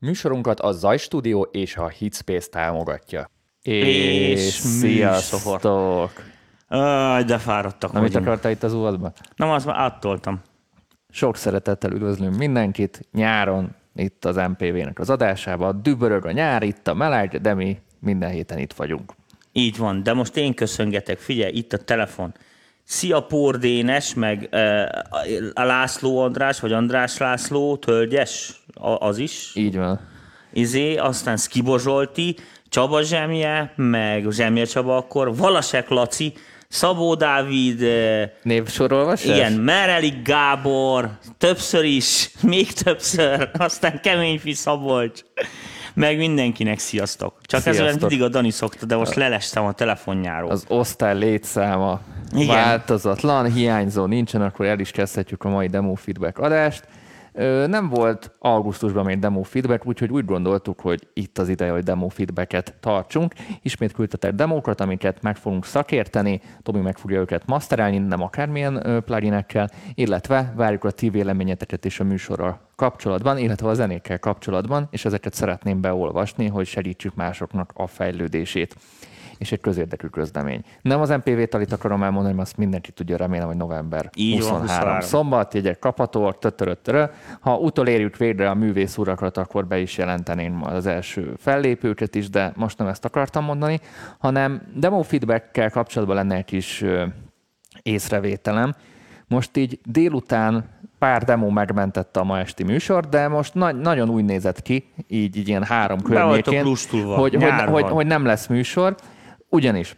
Műsorunkat a Zaj Studio és a Hitspace támogatja. És sziasztok! De fáradtak Na, mit vagyunk. akartál itt az uvadba? Na, azt már áttoltam. Sok szeretettel üdvözlünk mindenkit nyáron, itt az MPV-nek az adásában. Dübörög a nyár, itt a meleg, de mi minden héten itt vagyunk. Így van, de most én köszöngetek. Figyelj, itt a telefon. Szia Pór Dénes, meg a László András, vagy András László, Tölgyes, az is. Így van. Aztán Szkibo Zsolti, Csaba Zsemje, meg Zsemje Csaba akkor, Valasek Laci, Szabó Dávid, Névsorolvasás? igen, Merelik Gábor, többször is, még többször, aztán Keményfi Szabolcs, meg mindenkinek sziasztok. Csak Sziasztok. ez mindig a Dani szokta, de most lelestem a telefonjáról. Az osztály létszáma Igen. változatlan, hiányzó nincsen, akkor el is kezdhetjük a mai demo feedback adást. Nem volt augusztusban még demo feedback, úgyhogy úgy gondoltuk, hogy itt az ideje, hogy demo feedbacket tartsunk. Ismét küldtetek demókat, amiket meg fogunk szakérteni, Tomi meg fogja őket masterelni, nem akármilyen pluginekkel, illetve várjuk a ti véleményeteket is a műsorral kapcsolatban, illetve a zenékkel kapcsolatban, és ezeket szeretném beolvasni, hogy segítsük másoknak a fejlődését. És egy közérdekű közlemény. Nem az MPV-talit akarom elmondani, mert azt mindenki tudja, remélem, hogy november 23. Szombat, jegyek kaphatóak, Ha utolérjük végre a művész urakat, akkor be is jelenteném az első fellépőket is, de most nem ezt akartam mondani, hanem demo feedbackkel kapcsolatban lenne egy kis észrevételem. Most így délután pár demo megmentette a ma esti műsor, de most nagyon úgy nézett ki, így ilyen 3 környékén, hogy nem lesz műsor. Ugyanis,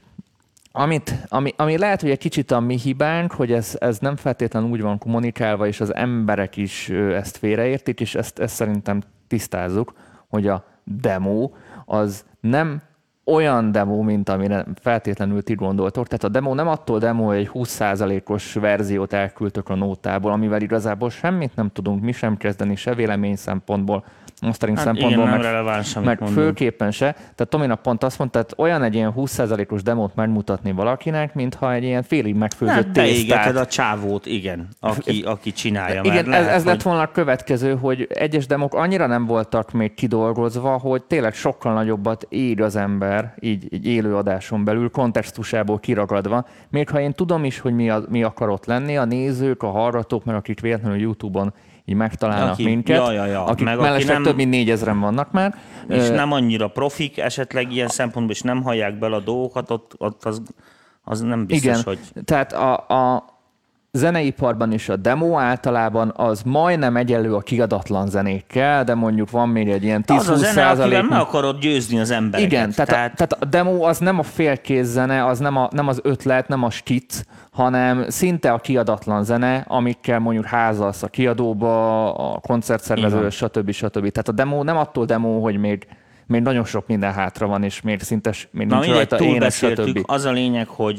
ami lehet, hogy egy kicsit a mi hibánk, hogy ez nem feltétlenül úgy van kommunikálva, és az emberek is ezt félreértik, és ezt szerintem tisztázzuk, hogy a demo az nem olyan demo, mint amire feltétlenül ti gondoltok. Tehát a demo nem attól demo, hogy egy 20%-os verziót elküldtök a nótából, amivel igazából semmit nem tudunk mi sem kezdeni, se vélemény szempontból, mastering szempontból, meg főképpen se. Tehát Tominak pont azt mondta, tehát olyan egy ilyen 20%-os demót megmutatni valakinek, mintha egy ilyen félig megfőzött tésztát. Beégeted a csávót, igen, aki csinálja. Igen, ez lett volna a következő, hogy egyes demók annyira nem voltak még kidolgozva, hogy tényleg sokkal nagyobbat ír az ember, így élő adáson belül, kontextusából kiragadva. Még ha én tudom is, hogy mi akar ott lenni, a nézők, a hallgatók, meg akik véletlenül YouTube-on így megtalálnak minket, akik mellesleg több mint 4000-en vannak már. És nem annyira profik, esetleg ilyen szempontból is nem hallják bele a dolgokat, ott az nem biztos, igen, hogy... Tehát a zeneiparban is a demo általában az majdnem egyenlő a kiadatlan zenékkel, de mondjuk van még egy ilyen 10-20%. Az a zene, akivel meg akarod győzni az embereket. Igen, tehát a demo az nem a félkész zene, az nem az ötlet, nem a skic, hanem szinte a kiadatlan zene, amikkel mondjuk házalsz a kiadóba, a koncertszervezőre, stb. Tehát a demo nem attól demo, hogy még nagyon sok minden hátra van, és még szinte még nincs rajta ének, stb. Az a lényeg, hogy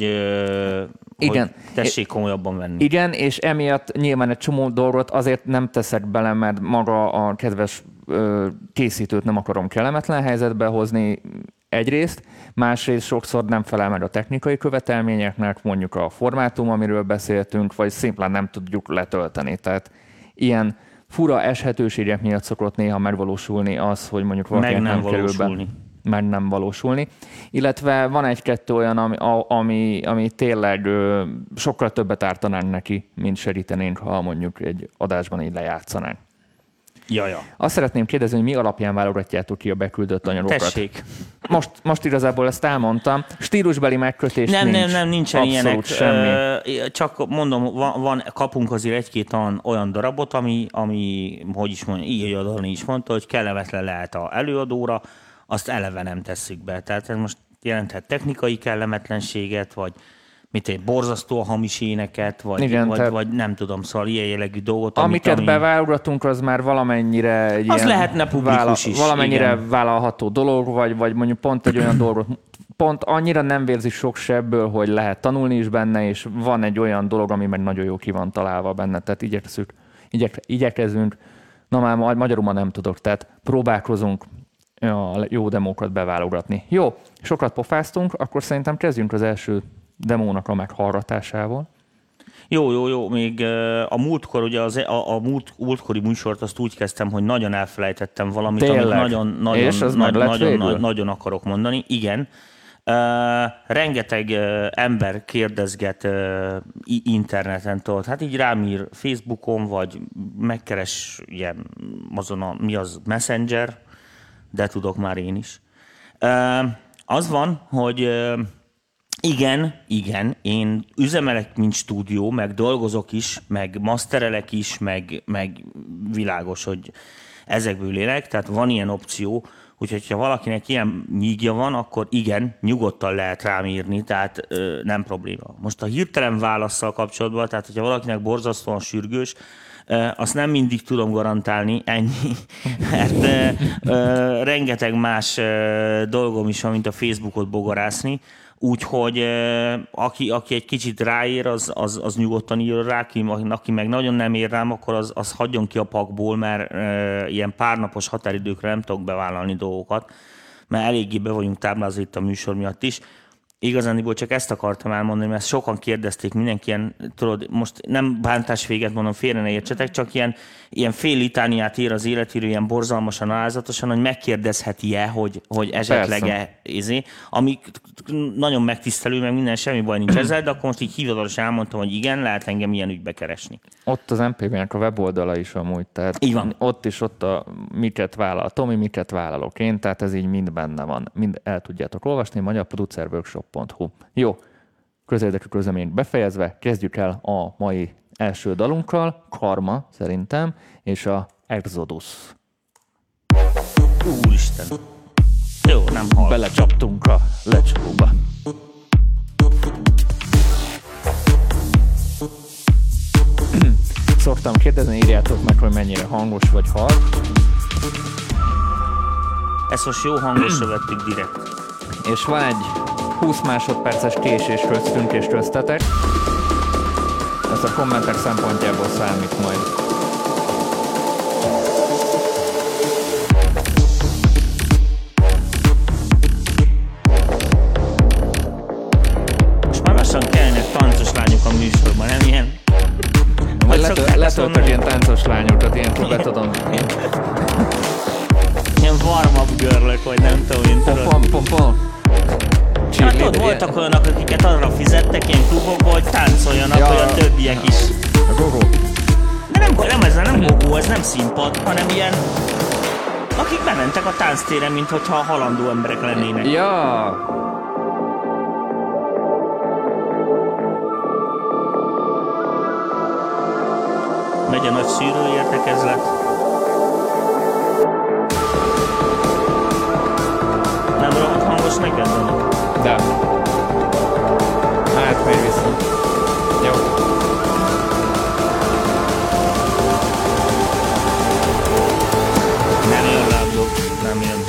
igen. tessék komolyabban venni. Igen, és emiatt nyilván egy csomó dolgot azért nem teszek bele, mert maga a kedves készítőt nem akarom kellemetlen helyzetbe hozni egyrészt, másrészt sokszor nem felel meg a technikai követelményeknek, mondjuk a formátum, amiről beszéltünk, vagy szimplán nem tudjuk letölteni. Tehát ilyen fura eshetőségek miatt szokott néha megvalósulni az, hogy mondjuk valakinek nem kerül be. Meg nem valósulni. Illetve van egy-kettő olyan, ami tényleg sokkal többet ártanánk neki, mint segítenénk, ha mondjuk egy adásban így lejátszanánk. Jaja. Azt szeretném kérdezni, hogy mi alapján válogatjátok ki a beküldött anyagokat? Tessék. Most igazából ezt elmondtam. Stílusbeli megkötés nem, nincsen ilyenek. Semmi. Csak mondom, kapunk azért 1-2 olyan darabot, ami hogy is mondja, így a Dani is mondta, hogy kellemetlen lehet az előadóra, azt eleve nem tesszük be. Tehát ez most jelenthet technikai kellemetlenséget, vagy borzasztó a hamis éneket, vagy nem tudom, szóval ilyen jellegű dolgot. Amiket beválogatunk, az már valamennyire az lehetne publikus is. Valamennyire vállalható dolog, vagy mondjuk pont egy olyan dolgot, pont annyira nem vérzi sok sebből, hogy lehet tanulni is benne, és van egy olyan dolog, ami meg nagyon jó ki van találva benne. Tehát igyekezünk, na már magyarul ma nem tudok, tehát próbálkozunk a jó demókat beválogatni. Jó, sokat pofáztunk, akkor szerintem kezdjünk az első demónak a meghallgatásával. Jó. Még a múltkor, ugye a múltkori műsort azt úgy kezdtem, hogy nagyon elfelejtettem valamit, Tényleg? amit nagyon akarok mondani. Igen. Rengeteg ember kérdezget interneten, tudod, hát így rám ír Facebookon, vagy megkeres ilyen azon mi az Messenger, de tudok már én is. Az van, hogy igen, én üzemelek, mint stúdió, meg dolgozok is, meg masterelek is, meg világos, hogy ezekből élek, tehát van ilyen opció, úgyhogy ha valakinek ilyen nyígja van, akkor igen, nyugodtan lehet rám írni, tehát nem probléma. Most a hirtelen válasszal kapcsolatban, tehát hogyha valakinek borzasztóan sürgős, azt nem mindig tudom garantálni, ennyi, mert rengeteg más dolgom is van, mint a Facebookot bogarászni, úgyhogy aki egy kicsit ráér, az nyugodtan ír rá, aki meg nagyon nem ér rám, akkor az hagyjon ki a pakból, mert ilyen párnapos határidőkre nem tudok bevállalni dolgokat, mert eléggé be vagyunk táblázva itt a műsor miatt is. Igazániból csak ezt akartam elmondani, mert sokan kérdezték, mindenki ilyen, tudod, most nem bántás véget mondom, félre ne értsetek, csak ilyen fél litániát ír az életíró, ilyen borzalmasan, alázatosan, hogy megkérdezheti-e, hogy esetleg ami nagyon megtisztelő, meg minden, semmi baj nincs ezzel, de akkor most így hivatalosan elmondtam, hogy igen, lehet engem ilyen ügybe keresni. Ott az MPV-nek a weboldala is amúgy, tehát így van. Ott miket vállal Tomi, miket vállalok én, tehát ez így mind benne van. Mind el tudjátok olvasni, magyarproducerworkshop.hu. Jó, közérdekű közleményt befejezve, kezdjük el a mai első dalunkkal, Karma szerintem, és a Exodus. Úristen! Jó, nem hallom. Belecsaptunk a lecsóba. Szoktam kérdezni, írjátok meg, hogy mennyire hangos vagy halk. Ezt most jó hangosra vettük direkt. És van egy 20 másodperces késés köztünk és köztetek. Ez a kommentek szempontjából számít majd. Most már lassan kellnek táncos lányok a műsorban, nem ilyen? Letöltök ilyen táncos lányokat, ilyenkor be tudom. Ilyen warm-up girl-ök, vagy nem tudom, én tudod. Pom. Hát ott voltak olyanok, akiket arra fizettek ilyen klubokból, hogy táncoljanak, hogy a többiek is. A gogó. De nem gogó, ez nem színpad, hanem ilyen, akik bementek a tánctéren, mintha halandó emberek lennének. Ja. Megy a nagy szűrő értekezlet. Nem rohadt hangos neked, Dani? De. Hát, megy vissza. Jó. Nem jön láblók, nem jön.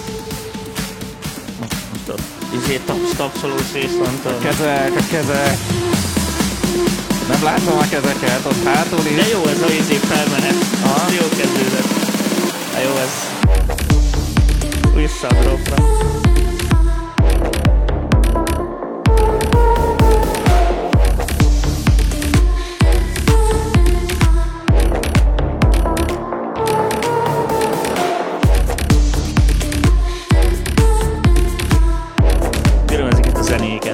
Most ott tapsolós rész van. A kezek. Nem látom a kezeket, ott hátul is. De jó ez a felmenet. Jó kezdődött. De jó ez. Vissza a dropra. Bírom ezeket a zenéket.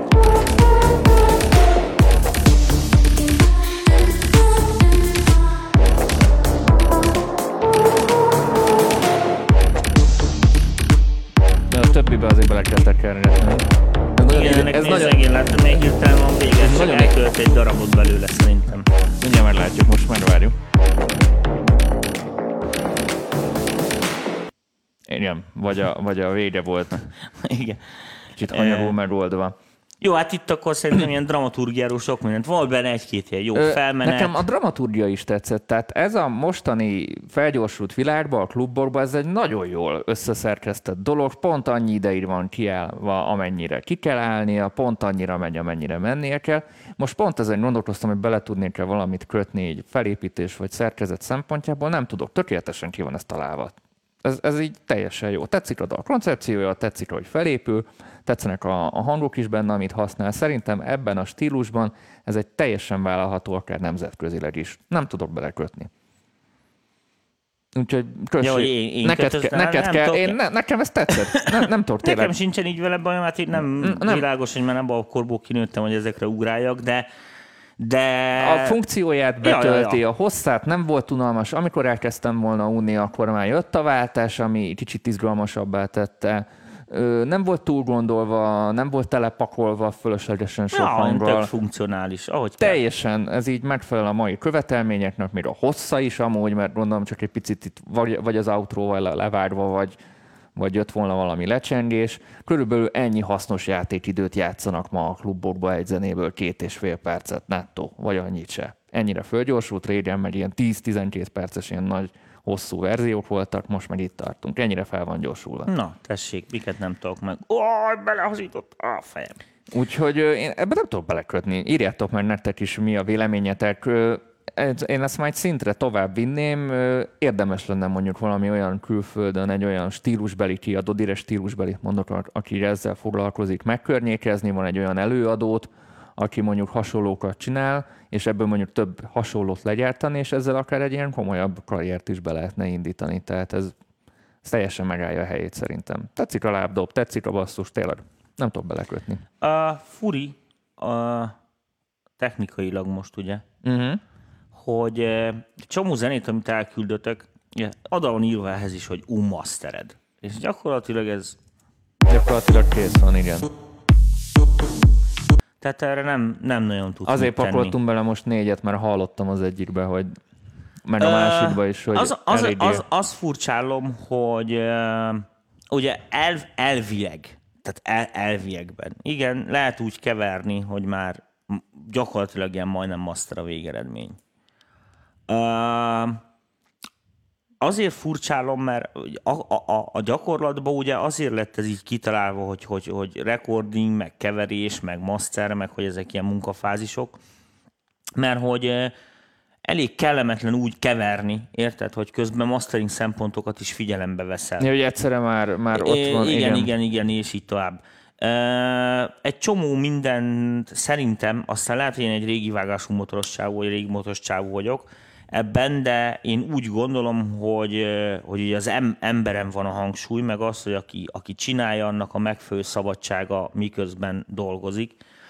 Többibe azért bele kell tekergetni. Igen, ennek nézzegén látom, még hirtelen van vége, csak elkölt egy darabot belőle szerintem. Mindjárt meglátjuk, most megvárjuk. Igen, vagy a vége volt. Igen. Kicsit anyagul megoldva. Jó, hát itt akkor szerintem ilyen dramaturgiáról sok mindent. Volt benne egy-két ilyen jó felmenet. Nekem a dramaturgia is tetszett. Tehát ez a mostani felgyorsult világban, a klubokban, ez egy nagyon jól összeszerkesztett dolog. Pont annyi ideig van kiállva, amennyire ki kell állnia, pont annyira megy, amennyire mennie kell. Most pont ezen gondolkoztam, hogy bele tudnék-e valamit kötni egy felépítés vagy szerkezet szempontjából. Nem tudok. Tökéletesen ki van ez találva. ez így teljesen jó. Tetszik a dal koncepciója, tetszik, hogy felépül, tetszenek a hangok is benne, amit használ. Szerintem ebben a stílusban ez egy teljesen vállalható, akár nemzetközileg is. Nem tudok belekötni. Úgyhogy nekem ez tetszett. Nem tudok tényleg. Nekem sincsen így vele bajom, hát nem világos, hogy már nem a korból kinőttem, hogy ezekre ugráljak, de... A funkcióját betölti, a hosszát nem volt unalmas. Amikor elkezdtem volna unni, akkor már jött a váltás, ami kicsit izgalmasabbá tette. Nem volt túl gondolva, nem volt telepakolva fölöslegesen sok hanggal. Tök funkcionális, ahogy teljesen, kell. Ez így megfelel a mai követelményeknek, még a hossza is amúgy, mert gondolom csak egy picit itt vagy az outróval levárva, vagy jött volna valami lecsengés. Körülbelül ennyi hasznos játékidőt játszanak ma a klubokba egy zenéből 2,5 percet nettó, vagy annyit se. Ennyire fölgyorsult, régen meg ilyen 10-12 perces ilyen nagy hosszú verziók voltak, most meg itt tartunk. Ennyire fel van gyorsulva. Na, tessék, miket nem tudok meg. Belehazított a fejem. Úgyhogy én ebben nem tudok belekötni. Írjátok meg nektek is, mi a véleményetek. Én ezt majd szintre tovább vinném. Érdemes lenne mondjuk valami olyan külföldön, egy olyan stílusbeli kiadó, direkt stílusbeli mondok, aki ezzel foglalkozik, megkörnyékezni. Van egy olyan előadót, aki mondjuk hasonlókat csinál, és ebből mondjuk több hasonlót legyártani, és ezzel akár egy ilyen komolyabb karriert is be lehetne indítani. Tehát ez teljesen megállja a helyét szerintem. Tetszik a lábdob, tetszik a basszus, tényleg. Nem tudok belekötni. Furi, technikailag most ugye, hogy csomó zenét, amit elküldötök, oda van írva ehhez is, hogy unmastered. És gyakorlatilag ez... Gyakorlatilag kész van, igen. Tehát erre nem nagyon tudsz azért pakoltunk bele most 4-et, mert hallottam az egyikbe, hogy meg a másikba is, hogy az furcsálom, hogy ugye elvileg, tehát elviekben, igen, lehet úgy keverni, hogy már gyakorlatilag ilyen majdnem master a végeredmény. Azért furcsálom, mert a gyakorlatban ugye azért lett ez így kitalálva, hogy recording, meg keverés, meg master, meg hogy ezek ilyen munkafázisok, mert hogy elég kellemetlen úgy keverni, érted, hogy közben mastering szempontokat is figyelembe veszel. Ja, hogy egyszerre már ott van. Igen, és így tovább. Egy csomó mindent szerintem, aztán lehet, hogy én egy régi vágású motoros csávú, vagy régi motoros csávú vagyok ebben, de én úgy gondolom, hogy az emberen van a hangsúly, meg az, hogy aki csinálja, annak a megfelelő szabadsága miközben dolgozik.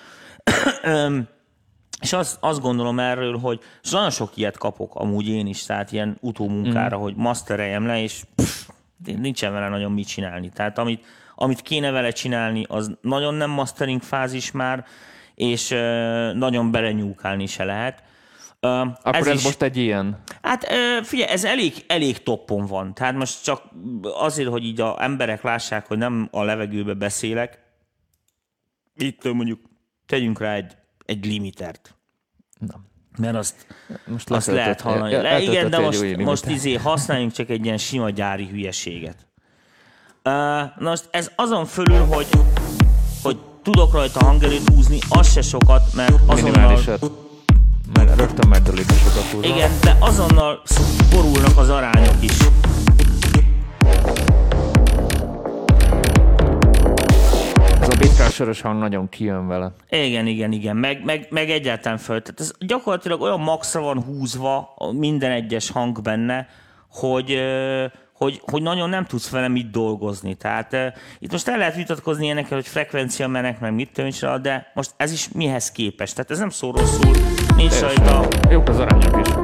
És azt gondolom erről, hogy nagyon sok ilyet kapok amúgy én is, tehát ilyen utómunkára, hogy mastereljem le, és nincsen vele nagyon mit csinálni. Tehát amit kéne vele csinálni, az nagyon nem mastering fázis már, és nagyon belenyúkálni se lehet. Akkor ez most egy ilyen? Hát figyelj, ez elég toppon van. Tehát most csak azért, hogy így az emberek lássák, hogy nem a levegőbe beszélek, itt mondjuk tegyünk rá egy limitert. Na. Mert azt lehet hallani. Igen, de most használjunk csak egy ilyen sima gyári hülyeséget. Na most ez azon fölül, hogy tudok rajta hangerőt húzni, az se sokat, mert azonnal... Mert rögtön megdőlik a sokat húzni. Igen, de azonnal borulnak az arányok is. Ez a bitkásoros hang nagyon kijön vele. Igen. Meg egyáltalán föl. Tehát ez gyakorlatilag olyan maxra van húzva minden egyes hang benne, hogy nagyon nem tudsz vele mit dolgozni. Tehát itt most el lehet vitatkozni ilyenekkel, hogy frekvencia menek, meg mit tűncsra, de most ez is mihez képest. Tehát ez nem szól rosszul, nincs rajta. Jók az arányok is.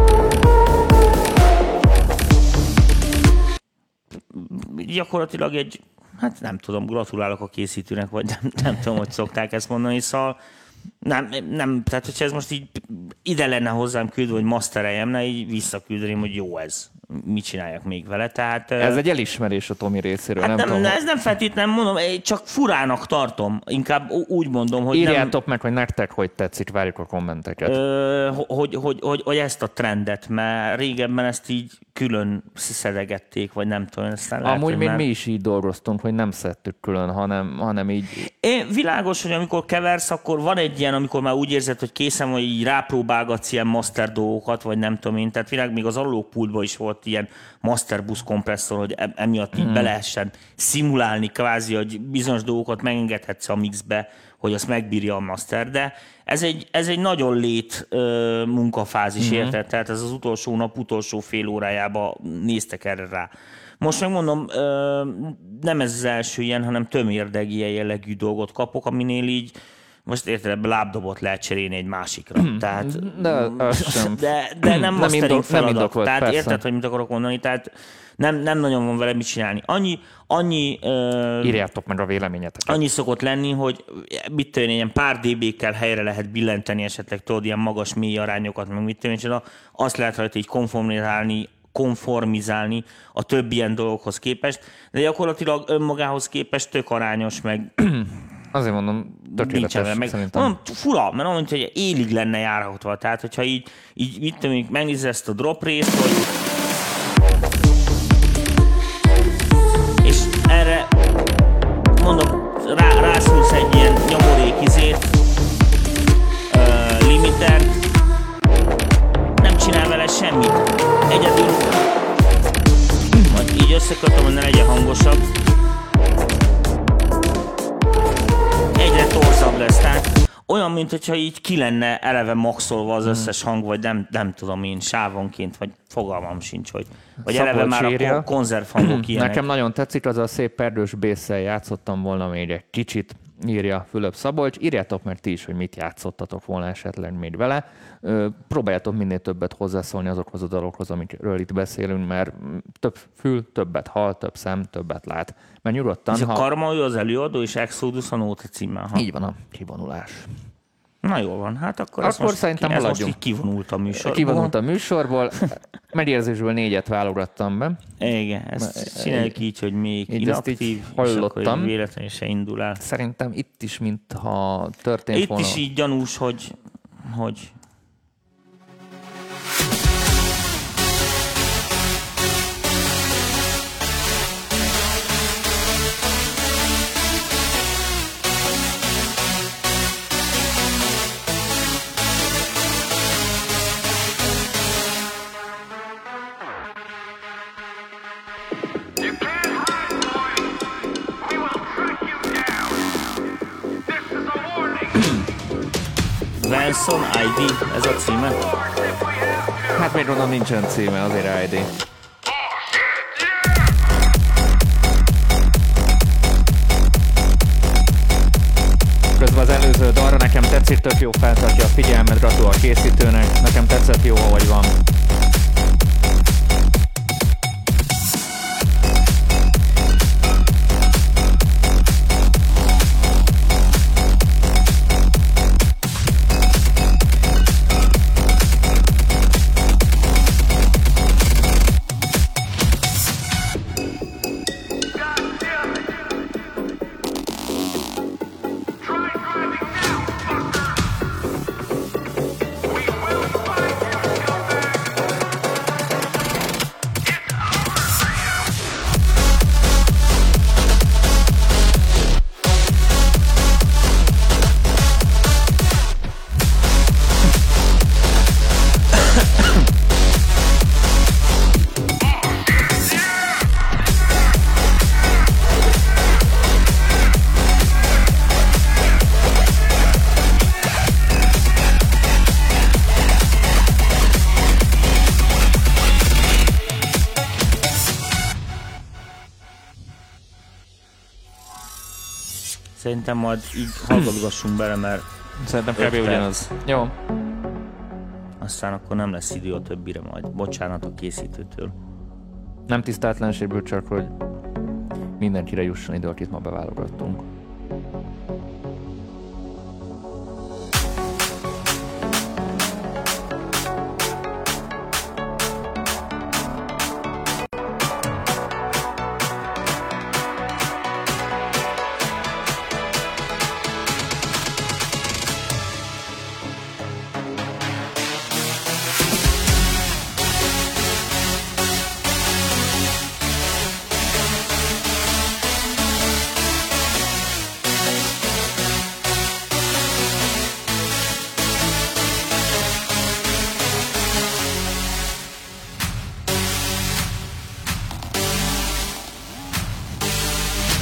Gyakorlatilag hát nem tudom, gratulálok a készítőnek, vagy nem tudom, hogy szokták ezt mondani, szóval nem, tehát hogyha ez most így ide lenne hozzám küldve, hogy mastereljem, így visszaküldeném, hogy jó ez, mit csináljak még vele, tehát... Ez egy elismerés a Tomi részéről, hát nem tudom. Ez nem feltétlenül mondom, csak furának tartom, inkább úgy mondom, hogy írjátok meg, hogy nektek hogy tetszik, várjuk a kommenteket. Hogy ezt a trendet, mert régebben ezt így külön szedegették, vagy nem tudom. Amúgy még mi is így dolgoztunk, hogy nem szedtük külön, hanem így... Világos, hogy amikor keversz, akkor van egy ilyen, amikor már úgy érzed, hogy készen, hogy így rápróbálgatsz ilyen master dolgokat, vagy nem tudom én. Tehát világ még az alulópultban is volt volt ilyen masterbus kompresszor, hogy emiatt így be lehessen szimulálni kvázi, hogy bizonyos dolgokat megengedhetsz a mixbe, hogy azt megbírja a master, de ez egy nagyon lét munkafázis, érted? Tehát ez az utolsó nap, utolsó fél órájában néztek erre rá. Most megmondom, nem ez az első ilyen, hanem tömérdegi ilyen jellegű dolgot kapok, aminél így most érted, ebben lábdobot lehet cserélni egy másikra. Tehát, de nem mastering feladat. Tehát persze. Érted, hogy mit akarok mondani? Tehát nem nagyon van vele mit csinálni. Annyi írjátok meg a véleményeteket. Annyi szokott lenni, hogy mit tudom, ilyen pár dB-kkel helyre lehet billenteni esetleg, tudod, ilyen magas, mély arányokat, meg mit tudom, azt lehet rajta így konformizálni a több ilyen dolgokhoz képest, de gyakorlatilag önmagához képest tök arányos, meg azért mondom, tökéletes szerintem. Mondom, fura, mert mondom, hogy élig lenne járhatva. Tehát, hogyha így mit tudom, megnézed ezt a drop részt, hogy és erre mondom, rászúrsz egy ilyen nyomorék limitert, nem csinál vele semmit. Egyedül majd így összekötöm, hogy ne legyen hangosabb. Egyre torzabb lesz, tehát olyan, mintha így ki lenne eleve maxolva az összes hang, vagy nem tudom én, sávonként, vagy fogalmam sincs, hogy vagy eleve már a konzervhangok ilyenek. Nekem nagyon tetszik, az a szép perdős bésszel játszottam volna még egy kicsit, írja Fülöp Szabolcs. Írjátok meg ti is, hogy mit játszottatok volna esetleg még vele. Próbáljátok minél többet hozzászólni azokhoz a dalokhoz, amikről itt beszélünk, mert több fül, többet hall, több szem, többet lát. Mert nyugodtan... És a Karma, ő az előadó, és Exodus a Nóta címmel. Így van a kivonulás. Na jól van, hát akkor szerintem most így kivonult a műsorból. Kivonult a műsorból. Megérzésből 4-et válogattam be. Igen, ezt csináljuk így, hogy még inaktív, és akkor véletlenül se indul el. Szerintem itt is, mintha történt itt volna. Itt is így gyanús, hogy Vanson ID, ez a címe? Hát még onnan nincsen címe, azért ID. Közben az előző dalra nekem tetszik, tök jó, feltartja a figyelmet, gratulál a készítőnek, nekem tetszett, jó, ahogy van. Szerintem majd így hallgatgassunk bele, mert szerintem kb. Ugyanaz. Jó. Aztán akkor nem lesz idő a többire majd. Bocsánat a készítőtől. Nem tisztátlenségből, csak hogy mindenkire jusson idő, akit ma beválogattunk.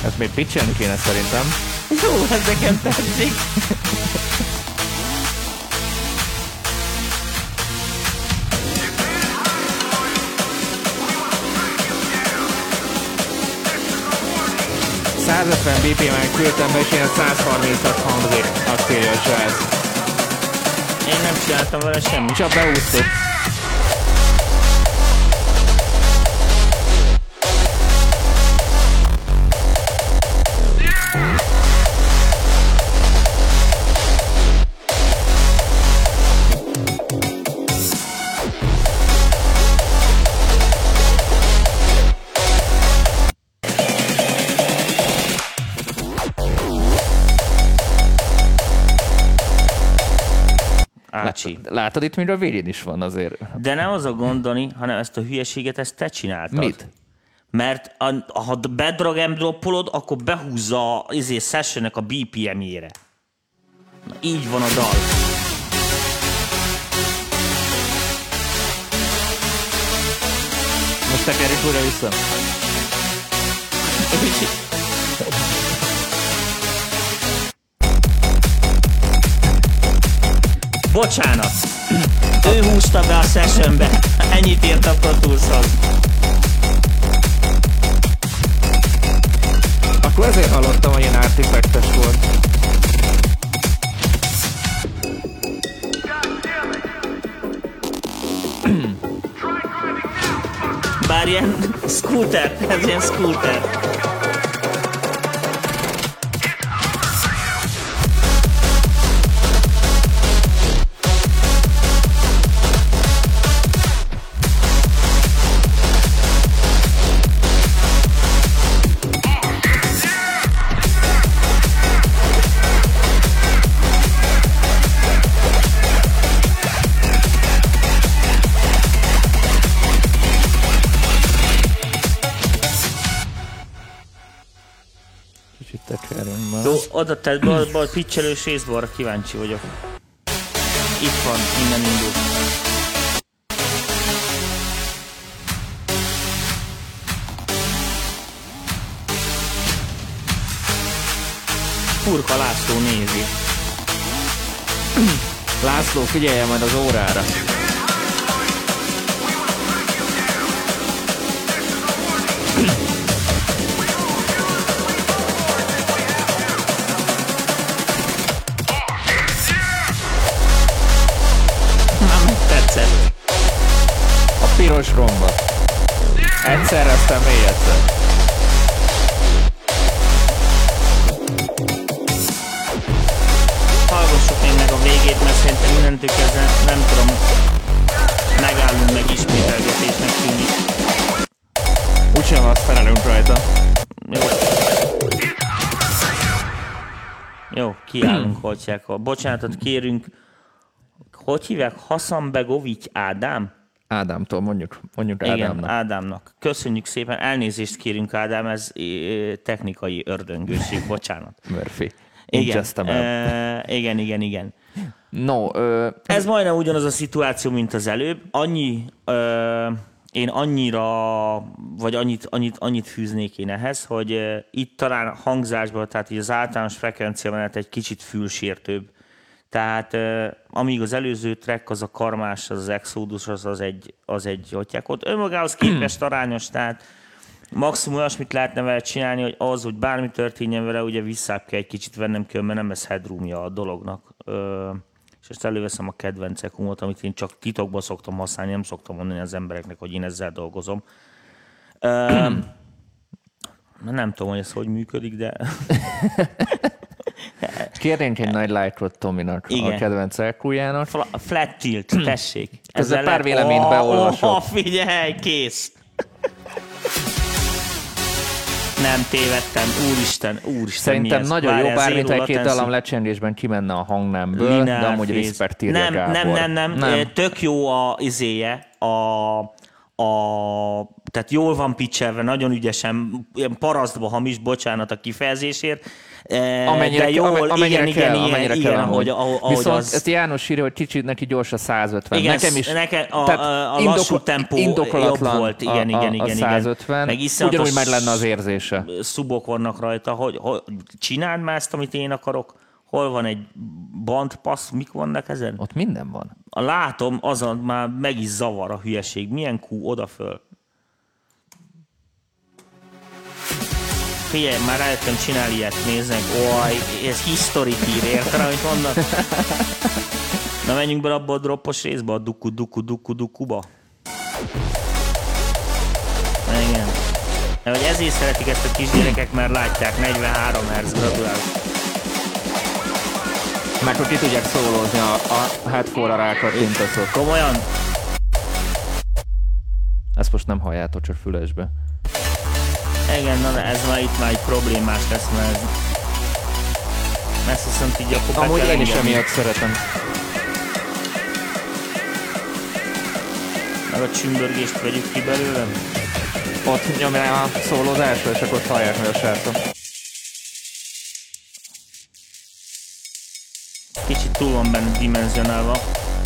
Ezt még pitchelni kéne szerintem. Jó, ez nekem tetszik. BPM-en küldtem be, és ilyen 130-at hangzik, azt írja a srác. Én nem csináltam vele semmit. Csak beúsztuk. Látod, itt miről végén is van azért. De nem az a gondoni, hanem ezt a hülyeséget, ezt te csináltad. Mit? Mert ha bedrag and droppolod, akkor behúzza a sessionnek a BPM-jére. Na, így van a dal. Most tekerjük újra vissza. Bocsánat, ő húzta be a sessionbe, ennyit írt a Pro Tools-hoz. Akkor ezért hallottam, hogy ilyen artifactes volt. Bár ilyen scooter, ez ilyen scooter. Jó, oda tedd be a pitchelős részborra, kíváncsi vagyok. Itt van, innen indul. Furka László nézi. László, figyelje majd az órára. A piros romba. Egyszerre, aztán még egyszer. Hallgassuk még meg a végét, mert szerintem mindentől kezdve nem tudom, megállunk meg ismételgetésnek tűnik. Úgysem azt felelünk rajta. Jó. Jó, kiállunk, Hotyákkal. Bocsánatot kérünk. Hogy hívják? Hasanbegovics Ádám? Ádámtól, mondjuk igen, Ádámnak. Ádámnak. Köszönjük szépen, elnézést kérünk, Ádám, ez technikai ördöngőség, bocsánat. Murphy. Igen. No, ez majdnem ugyanaz a szituáció, mint az előbb. Én annyit fűznék én ehhez, hogy itt talán hangzásban, tehát így az általános frekvenciamenet egy kicsit fülsértőbb. Tehát amíg az előző track, az a Karmás, az Exodus, az egy hotyák ott. Önmagához képest arányos, tehát maximum olyasmit lehetne vele csinálni, hogy az, hogy bármi történjen vele, ugye visszább kell egy kicsit vennem kell, mert nem ez headroomja a dolognak. És ezt előveszem a kedvencekumot, amit én csak titokban szoktam használni, nem szoktam mondani az embereknek, hogy én ezzel dolgozom. Nem tudom, hogy ez hogy működik, de... Kérnénk egy nagy like-ot Tominak, igen, a kedvenc elkújának. Flat tilt, tessék. Ezzel pár véleményt beolvasok. Figyelj, kész! Nem tévedtem, úristen. Szerintem nagyon jó, bármint egy két dallam lecsengésben kimenne a hangnemből, de amúgy respect írja Gábor. Nem. Tök jó a izéje, tehát jól van pitchelve, nagyon ügyesen, ilyen parasztba hamis, bocsánat a kifejezésért, de jól, amennyire kell, ahogy viszont az... ezt János írja, hogy kicsit neki gyors a 150. Igen, nekem is. A lassú tempó jobb volt. Igen. A 150, ugyanúgy meg lenne az érzése. Szubok vannak rajta, hogy csináld már ezt, amit én akarok. Hol van egy bandpassz, mik vannak ezen? Ott minden van. Látom, azon már meg is zavar a hülyeség. Milyen kú, odaföl. Figyelj, már rájöttem csinálni ilyet, nézzek. Ez historit ír, érted, amit mondanak? Na menjünk bele abba a droppos részbe, a duku-duku-duku-dukuba. Igen. De hogy ezért szeretik ezt a kisgyerekek, mert látják 43 Hz, gratulálok. Meg hogy ki tudják szólózni a headphone-ra rákattintatot. Komolyan? Ezt most nem halljátok, csak fülesbe. Igen, na ez már itt már egy problémás lesz, mert ezt viszont így akkor amúgy én is emiatt szeretem. Meg a csümbörgést vegyük ki belőlem. Ott nyomja a szólózásra, és akkor hallják meg a srácok. Kicsit túl van benne dimenzionálva.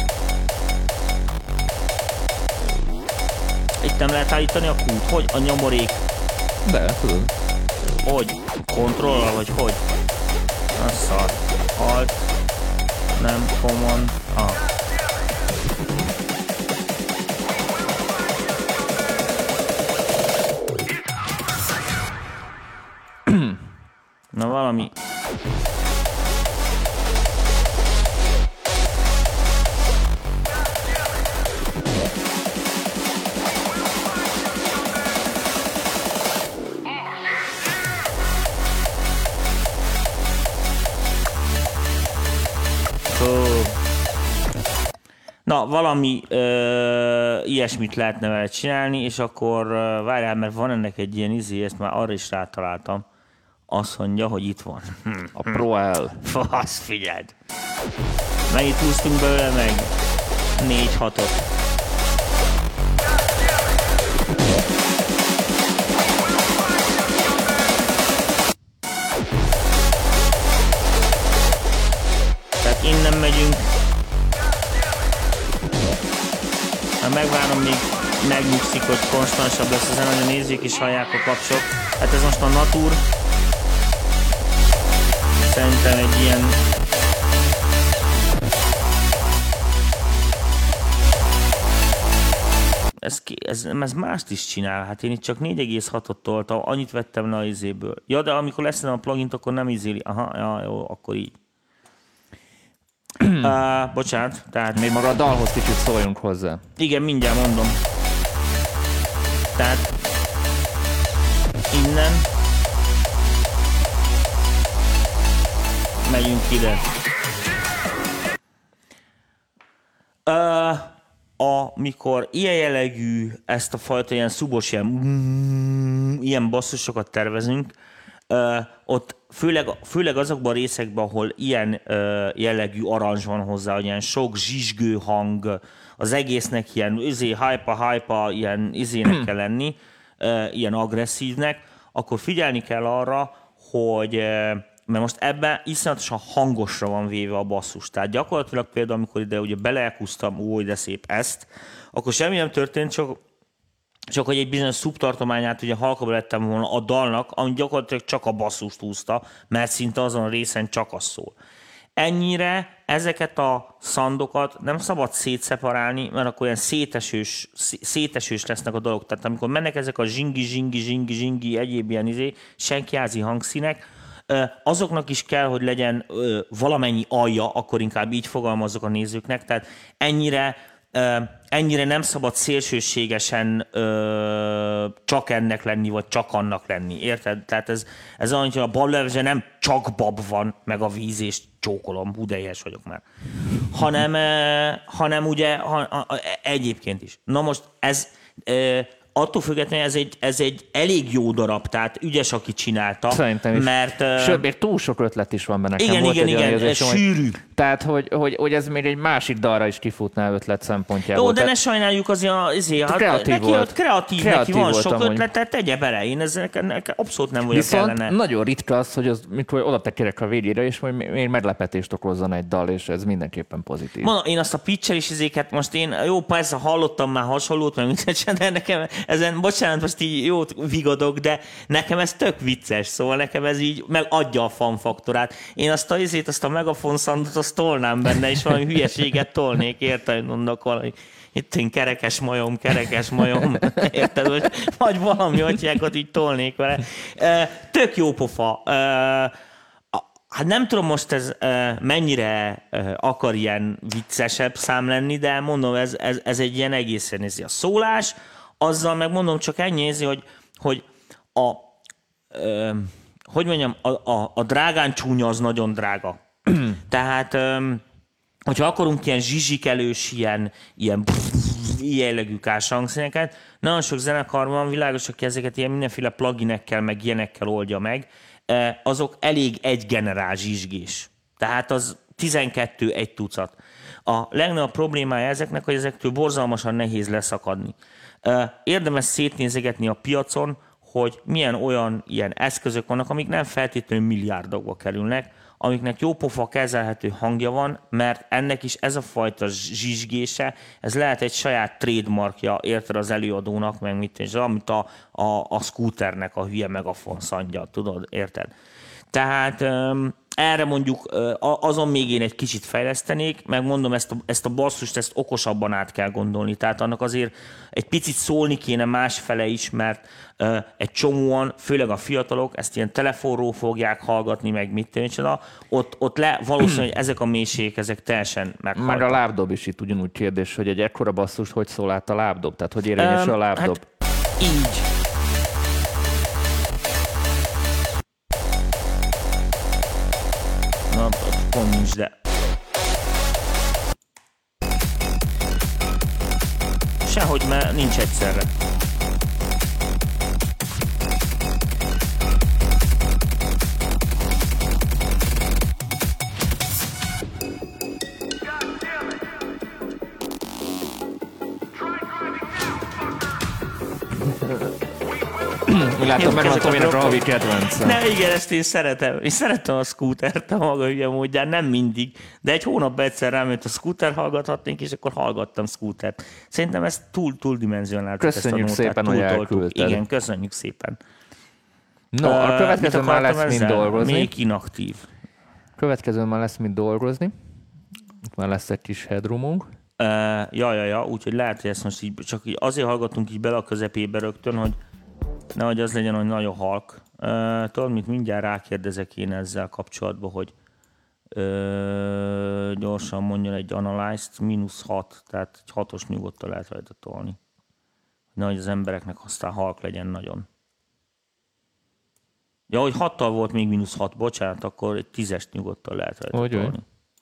Itt nem lehet állítani a kút? Hogy? A nyomorék? De, tudod. Hogy? Kontrollal, vagy hogy? Na szar. Alt. Nem, command. Na valami... Na, valami ilyesmit lehetne vele csinálni, és akkor várjál, mert van ennek egy ilyen izé, ezt már arra is rátaláltam. Azt mondja, hogy itt van. A Pro L. Azt figyeld. Mennyit húztunk belőle meg? 4-6-ot. Tehát innen megyünk. Hát megvárom, még megnyugszik, hogy konstansabb lesz az zene, hogy nézzék és hallják a kapcsok. Hát ez most a Natur. Szerintem egy ilyen... Ez mást is csinál. Hát én itt csak 4,6-ot toltam, annyit vettem le a izéből. Ja, de amikor leszedem a plugint, akkor nem izéli. Aha, ja, jó, akkor így. Bocsánat, tehát... Még maga a dalhoz kicsit szóljunk hozzá. Igen, mindjárt mondom. Tehát... Innen... Megyünk ide. Amikor ilyen jellegű, ezt a fajta ilyen szubos, ilyen basszusokat tervezünk, ott főleg azokban a részekben, ahol ilyen jellegű aranzs van hozzá, hogy ilyen sok zsizsgő hang, az egésznek ilyen hype, ilyen izének kell lenni, ilyen agresszívnek, akkor figyelni kell arra, hogy mert most ebben iszonyatosan hangosra van véve a basszus. Tehát gyakorlatilag például, amikor ide ugye beleelkúztam, de szép ezt, akkor semmi nem történt, csak hogy egy bizonyos szubtartományát ugye halkabbra lettem volna a dalnak, ami gyakorlatilag csak a basszust húzta, mert szinte azon a részen csak az szól. Ennyire ezeket a szandokat nem szabad szétszeparálni, mert akkor olyan szétesős lesznek a dolgok. Tehát amikor mennek ezek a zsingi, egyéb ilyen senkiázi hangszínek, azoknak is kell, hogy legyen valamennyi alja, akkor inkább így fogalmazzuk a nézőknek, tehát ennyire nem szabad szélsőségesen csak ennek lenni, vagy csak annak lenni, érted? Tehát ez olyan, hogy a ballövzse nem csak bab van, meg a víz és csókolom, de ilyes vagyok már, hanem ugye egyébként is. Na most ez... attól függetlenül ez egy elég jó darab, tehát ügyes, aki csinálta. Szerintem is. Mert, sőt, még túl sok ötlet is van benne. Igen, sűrű. Tehát, hogy ez még egy másik dalra is kifutná ötlet szempontjából. Jó, de ne sajnáljuk kreatív, neki van sok ötletet, tegye bele. Én nekem abszolút nem vagyok viszont ellene. nagyon ritka az, hogy az, mikor oda tekerek a végére, és majd még meglepetést okozzon egy dal, és ez mindenképpen pozitív. Mondom, én azt a pitcher is most én, jó, persze hallottam már hasonlót, meg mindent, de nekem ezen, bocsánat, most így jót vigadok, de nekem ez tök vicces, szóval nekem ez így megadja a fanfaktorát. Én azt a Megafon Soundot, azt tolnám benne, és valami hülyeséget tolnék, érted, mondok valami. Itt én kerekes majom, érted, vagy valami atyákat így tolnék vele. Tök jó pofa. Hát nem tudom most ez mennyire akar ilyen viccesebb szám lenni, de mondom, ez egy ilyen egészen a szólás, azzal meg mondom csak ennyi, hogy a drágán csúnya az nagyon drága. Tehát, hogyha akarunk ilyen zsizsikelős, ilyen jellegű hangszereket, nagyon sok zenekar van, világos, aki ezeket ilyen mindenféle pluginekkel, meg ilyenekkel oldja meg, azok elég egy generál zsizsgés. Tehát az 12 egy tucat. A legnagyobb problémája ezeknek, hogy ezektől borzalmasan nehéz leszakadni. Érdemes szétnézegetni a piacon, hogy milyen olyan ilyen eszközök vannak, amik nem feltétlenül milliárdokba kerülnek, amiknek jópofa kezelhető hangja van, mert ennek is ez a fajta zsizsgése, ez lehet egy saját trademarkja, érted, az előadónak, meg mit és amit a scooternek a hülye Megafon Soundja, tudod, érted? Tehát erre mondjuk azon még én egy kicsit fejlesztenék, meg mondom, ezt a basszust, ezt okosabban át kell gondolni. Tehát annak azért egy picit szólni kéne másfele is, mert egy csomóan, főleg a fiatalok, ezt ilyen telefonról fogják hallgatni, meg mit tűncsoda, ott valószínűleg ezek a mélységek, ezek teljesen meghaltak. Meg a lábdob is itt ugyanúgy kérdés, hogy egy ekkora basszust hogy szól át a lábdob? Tehát hogy érvényesül a lábdob? Hát így. Na, pont nincs, de... Sehogy, mert nincs egyszerre. Látom, megvan Tominak a havi kedvence. Ne, igen, ezt én szeretem. Én szeretem a scootert a maga hülye módján, nem mindig, de egy hónapban egyszer rámjött a scooter hallgathatnénk, és akkor hallgattam scootert. Szerintem ez túl dimenzionáltuk. Köszönjük szépen, hogy elküldted. Igen, köszönjük szépen. No, a következő már lesz mind dolgozni. Még inaktív. Következő már lesz mind dolgozni. Itt már lesz egy kis headroomunk. Úgyhogy lehet, hogy ezt most így, csak így azért hallgatunk így bele a közepébe rögtön, hogy nehogy az legyen, hogy nagyon halk. Tudod, mit mindjárt rákérdezek én ezzel kapcsolatban, hogy gyorsan mondjon egy analyzed, -6, tehát egy 6-os nyugodtan lehet rajta tolni. Nehogy az embereknek aztán halk legyen nagyon. Ja, hogy 6-tal volt még -6, bocsánat, akkor egy 10-est nyugodtan lehet rajta tolni.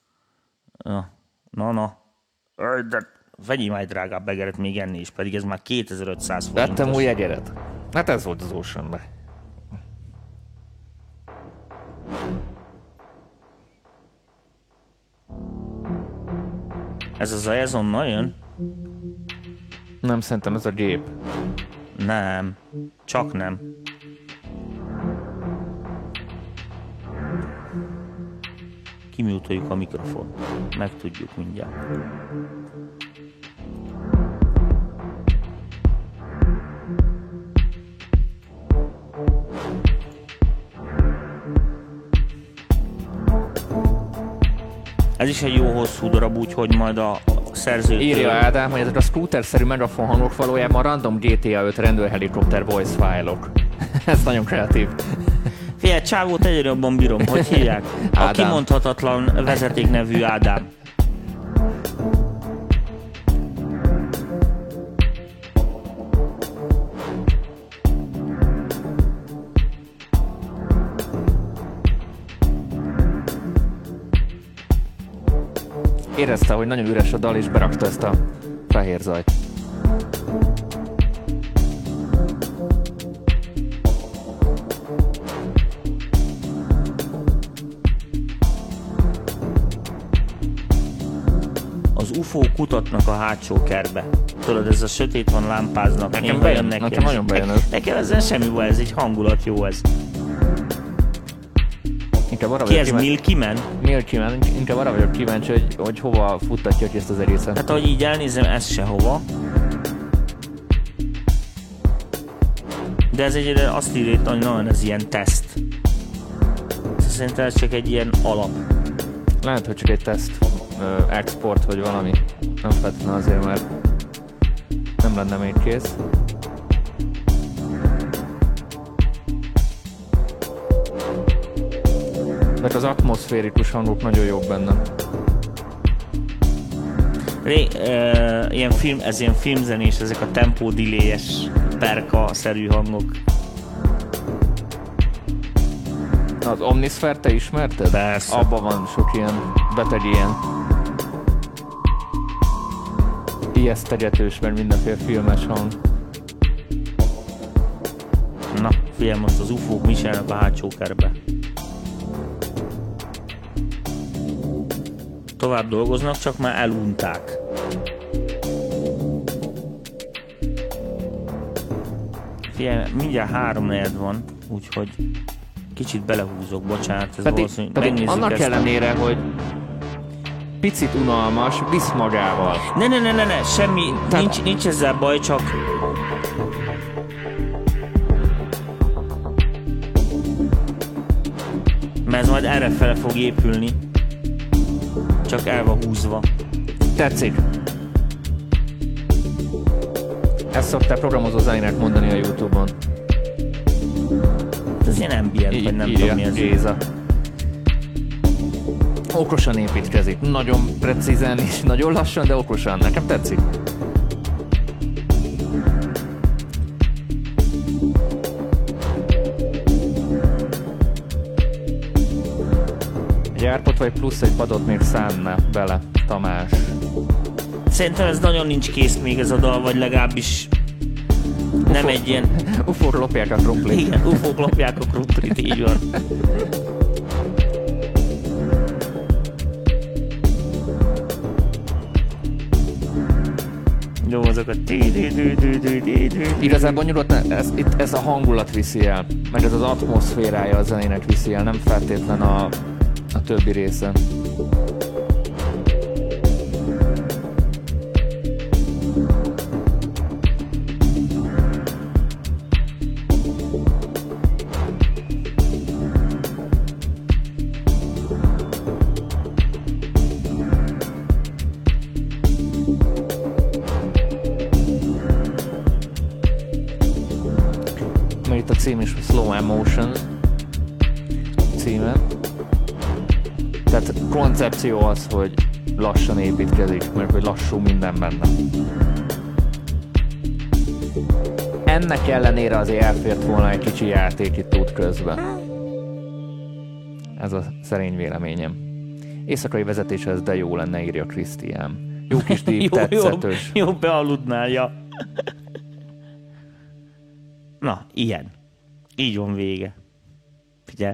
Na. De vegyél már egy drágább egeret még ennél is, pedig ez már 2500 forintos. Vettem új egeret. Hát ez volt az Ocean-be. Ez az onnan jön? Nem, szerintem ez a gép. Nem, csak nem. Kimutoljuk a mikrofont. Megtudjuk mindjárt. Ez is egy jó hosszú darab, úgyhogy majd a szerzőtől... Írja Ádám, hogy ezek a scooter-szerű Megafon hangok valójában random GTA 5 rendőrhelikopter voice file-ok. Ez nagyon kreatív. Figyelj, csávót egyre jobban bírom. Hogy hívják? A kimondhatatlan vezetéknevű Ádám. Érezte, hogy nagyon üres a dal, és berakta ezt a fehér zajt. UFO kutatnak a hátsó kertbe. Tudod, ez a sötét van, lámpáznak. Nekem nagyon bejön ez. Nekem ezzel semmi baj, ez egy hangulat jó ez. Ki ez, Milky Man? Milky Man, inkább arra vagyok kíváncsi, hogy hova futtatja ki ezt az egészet. Hát ahogy így elnézem, ez sehova. De ez egy, azt írja, hogy nagyon ez ilyen teszt. Szerintem ez csak egy ilyen alap. Lehet, hogy csak egy teszt, export vagy valami. Nem feltétlenül azért, mert nem lenne még kész. Mert az atmoszférikus hangok nagyon jók benne. Ez ilyen filmzenés, ezek a tempó delay-es, perka-szerű hangok. Az Omnisphere te ismerted? Persze. Abban van sok ilyen beteg ilyen ijesztegetős, mert mindenféle filmes hang. Na, figyelj, most az UFO-k mi csinálnak a hátsó kertbe. Tovább dolgoznak, csak már elunták. Figyelj, mindjárt 3-4 van, úgyhogy kicsit belehúzok, bocsánat. Ez pedig annak ellenére, hogy picit unalmas, visz magával. Ne, semmi, nincs ezzel baj, csak... Mert ez majd errefele fog épülni. Csak el van húzva. Tetszik. Ezt szokták programozó zenének mondani a YouTube-on. Ez ilyen ambient, vagy nem tudom mi ez. Géza. Okosan építkezik. Nagyon precízen és nagyon lassan, de okosan. Nekem tetszik. Egy árpot vagy plusz egy padot még szánna bele, Tamás. Szerintem ez nagyon nincs kész még ez a dal, vagy legalábbis nem egy ilyen... UFO-k lopják a krumplit. Igen, UFO-k lopják a krumplit, így van. Jó, azok a... Igazából nyugodtan ez a hangulat viszi el, meg ez az atmoszférája a zenének viszi el, nem feltétlen a többi része. Mert itt a cím is Slow Emotion címe. Tehát koncepció az, hogy lassan építkezik, mert hogy lassú minden benne. Ennek ellenére azért elfért volna egy kicsi játék itt út közben. Ez a szerény véleményem. Éjszakai vezetéshez de jó lenne, írja Krisztián. Jó kis deep, tetszetős. Jó, bealudnál, ja. Na, ilyen. Így van vége. Figyelj.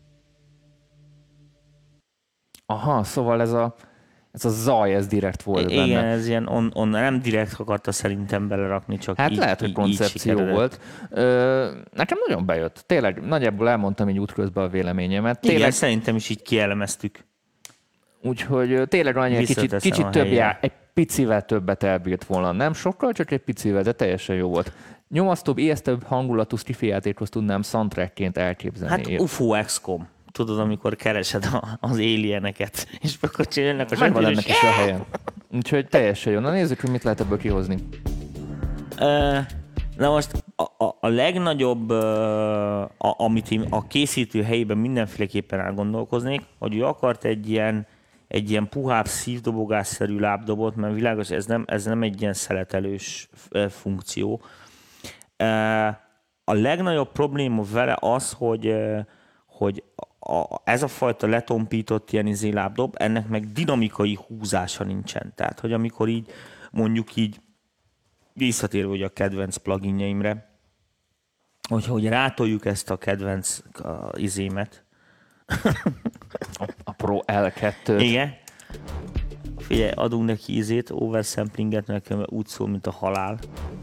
Aha, szóval ez a zaj, ez direkt volt benne. Igen, ez ilyen nem direkt akarta szerintem belerakni, csak hát így, lehet, hogy koncepció volt. Nekem nagyon bejött. Tényleg, nagyjából elmondtam így útközben a véleményemet. Tényleg, igen, szerintem is így kielemeztük. Úgyhogy tényleg annyi kicsit több egy picivel többet elbírt volna. Nem sokkal, csak egy picivel, de teljesen jó volt. Nyomasztóbb, ijesztőbb hangulatú skifi játékhoz tudnám soundtrackként elképzelni. Hát UFO XCOM. Tudod, amikor keresed az alieneket, és akkor csinálnak a megvan ennek is a helyen. Úgyhogy teljesen jó. Na nézzük, hogy mit lehet ebből kihozni. Na most a legnagyobb, amit én a készítő helyében mindenféleképpen elgondolkoznék, hogy ő akart egy ilyen puhább szívdobogásszerű lábdobot, mert világos, ez nem egy ilyen szeletelős funkció. A legnagyobb probléma vele az, hogy ez a fajta letompított ilyen lábdob, ennek meg dinamikai húzása nincsen. Tehát, hogy amikor így mondjuk így visszatérve hogy a kedvenc pluginjaimre, hogy rátoljuk ezt a kedvenc izémet. A Pro L2. Igen. Figyelj, adunk neki ízét, oversamplinget, nekem úgy szól, mint a halál.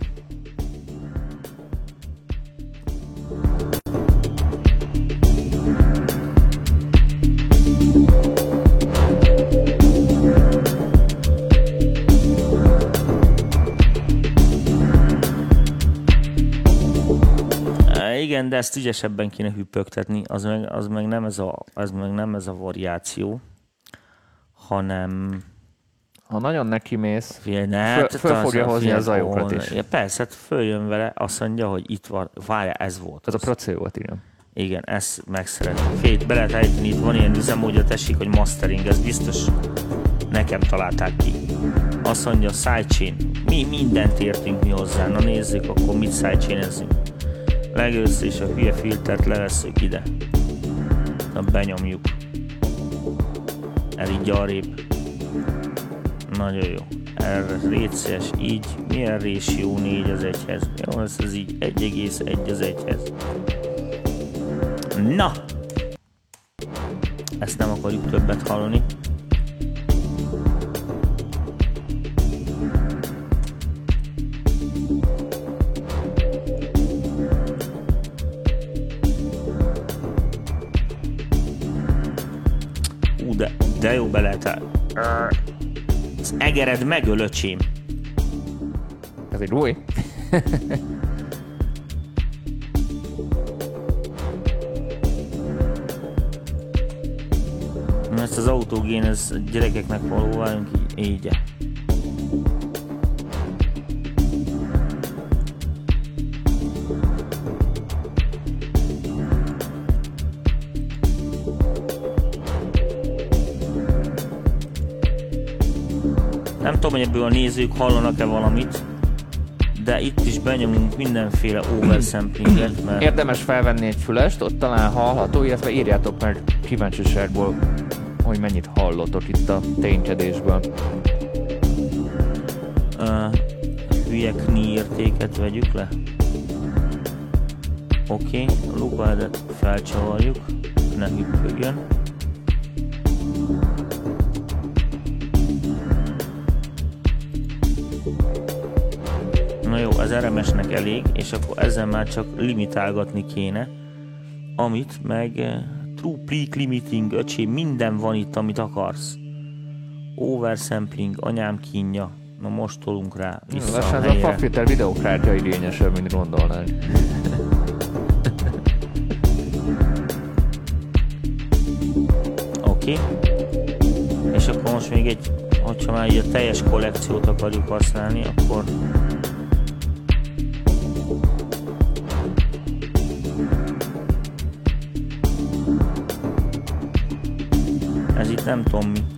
Igen, de ezt ügyesebben kéne hüppögtetni, az meg nem ez a variáció, hanem... Ha nagyon nekimész, föl fogja hozni a zajokat is. Ja, persze, hát följön vele, azt mondja, hogy itt van, várja, ez volt. Ez a proci volt, igen. Igen, ezt megszerettem. Fét, be lehet állítani, itt van ilyen üzemmódja, tessék, hogy mastering, ez biztos nekem találták ki. Azt mondja, sidechain, mi mindent értünk mi hozzá, na nézzük, akkor mit sidechainezünk. Legelőször is a hülye filtert levesszük ide. Na benyomjuk. El így arrébb. Nagyon jó. Erre rétszes, így. Milyen ratio 4:1? Jó, ez így 1,1:1. Na! Ezt nem akarjuk többet hallani. De jó be lehet. Az egered megöl, öcsém. Ez egy új? Ezt az autogén, ez gyerekeknek való, váljunk így. Nem tudom, hogy ebből a nézők hallanak-e valamit, de itt is benyomunk mindenféle oversamplinget, mert... Érdemes felvenni egy fülest, ott talán hallható, illetve írjátok meg kíváncsiságból, hogy mennyit hallotok itt a ténykedésből. Hülye kni értéket vegyük le. Oké, a loopheadet felcsavarjuk, ne hüppögjön. Na jó, az RMS-nek elég, és akkor ezzel már csak limitálgatni kéne, amit meg True Peak Limiting, öcsém, minden van itt, amit akarsz. Oversampling, anyám kínja. Na most tolunk rá, vissza Lassan a ez a helyre. FabFilter videókártya igényesebb, mint gondolnád. Oké. És akkor most még egy, hogyha már így a teljes kollekciót akarjuk használni, akkor ez itt nem tudom mi.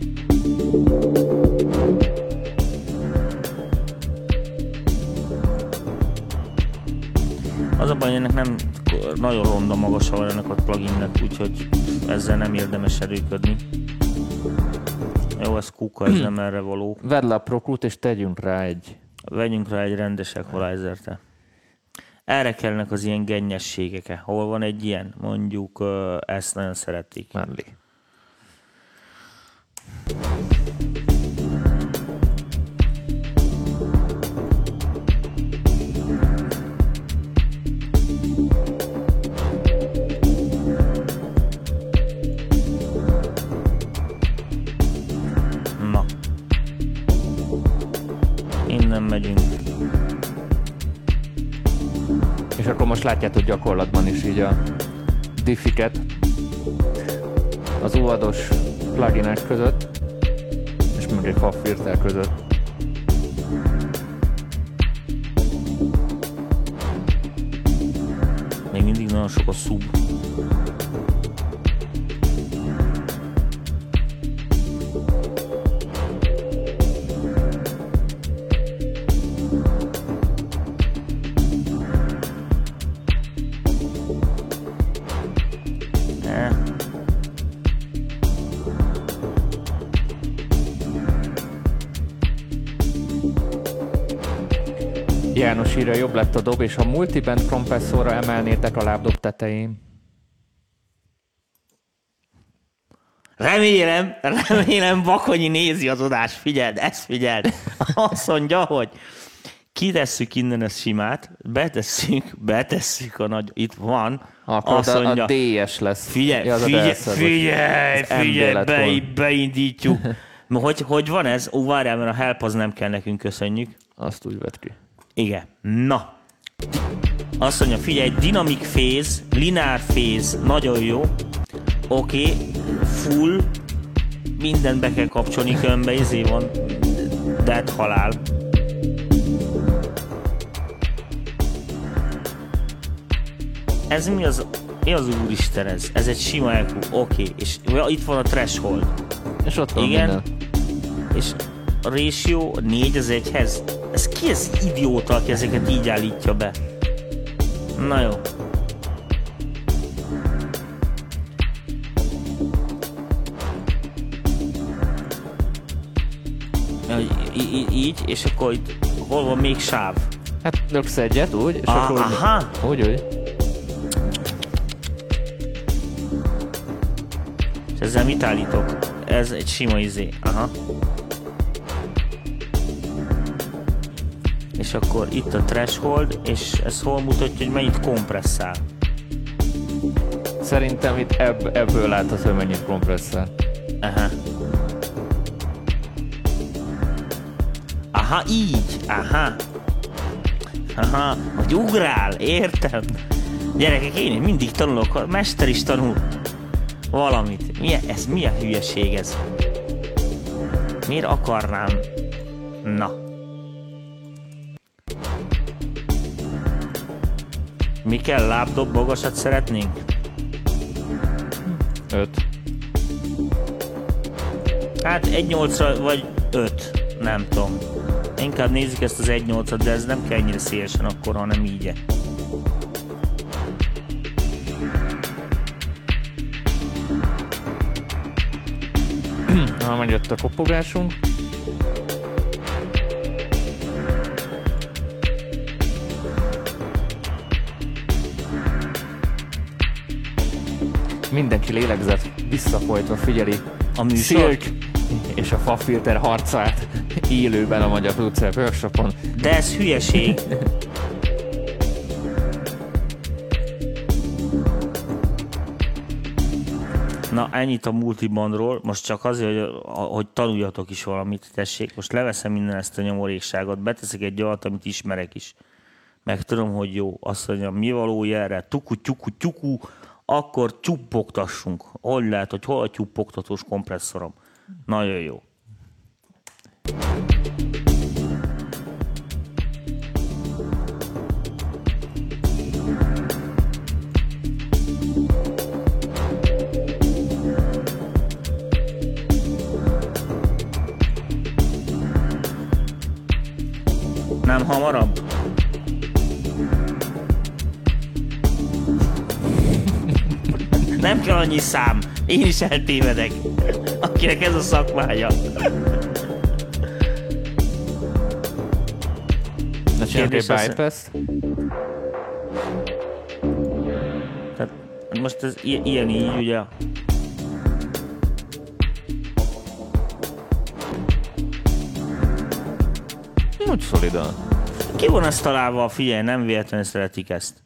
Az a baj, ennek nem nagyon ronda magasa van ennek a pluginnek, úgyhogy ezzel nem érdemes erőködni. Jó, ez kuka, ez nem erre való. Vedd le a Proclut és tegyünk rá egy... Vegyünk rá egy rendes equalizer-t. Erre kellnek az ilyen gennyességek. Hol van egy ilyen? Mondjuk ezt nagyon szeretik. Mellé. Na. Innen megyünk. És akkor most látjátok gyakorlatban is így a diffiket az UAD-os pluginek között, és még egy FabFilter között. Még mindig nagyon sok a sub. János írja, jobb lett a dob, és ha multiband kompresszorra emelnétek a lábdob tetején. Remélem Bakonyi nézi az adást. Figyeld. Azt mondja, hogy kitesszük innen a simát, betesszük a nagy... Itt van. Akkor azt mondja, a DS lesz. Figyelj, beindítjuk. Hogy van ez? Várjál, mert a help az nem kell nekünk, köszönjük. Azt úgy vett ki. Igen. Na. Azt mondja, figyelj, dynamic phase, linear phase, nagyon jó. Oké, full, mindent be kell kapcsolni, különben izé van, dead halál. Ez mi az úristen ez? Ez egy sima EQ, oké, és itt van a threshold. És ott van igen, minden. És a ratio 4:1. Ez ki ez idióta, aki ezeket így állítja be? Na jó. Így, és akkor itt hol van még sáv? Hát löksz egyet, úgy, és akkor aha. Úgy. És ezzel mit állítok? Ez egy sima izé. Aha. És akkor itt a threshold, és ez hol mutatja, hogy mennyit kompresszál? Szerintem itt ebből látod, hogy mennyit kompresszál. Aha, így. Aha, hogy ugrál, értem. Gyerekek, én mindig tanulok, a mester is tanul valamit. Mi a hülyeség ez? Miért akarnám? Na. Mi kell? Lábdob magasat szeretnénk? 5. Hát 1.8-ra vagy 5. Nem tudom. Inkább nézzük ezt az 1.8-at, de ez nem kell ennyire szélesen akkor, hanem így. Megjött a kopogásunk. Mindenki lélegzett, visszafolytva figyeli a műsor és a fafilter harcát élőben a Magyar Producer Workshopon. De ez hülyeség. Na, ennyit a multibandról. Most csak azért, hogy tanuljatok is valamit, tessék. Most leveszem minden ezt a nyomorékságot, beteszek egy olyat, amit ismerek is. Meg tudom, hogy jó. Azt mondja, mi valója erre? Tuku, akkor csuppogtassunk. Hogy lehet, hogy hol a csuppogtatós kompresszorom? Nagyon jó. Nem hamarabb? Nem kell annyi szám. Én is eltévedek. Akinek ez a szakmája. Na csináljuk egy bypass-t. Tehát most ez ilyen így, ugye? Úgy szolidan. Ki van ezt találva? Figyelj, nem véletlenül szeretik ezt.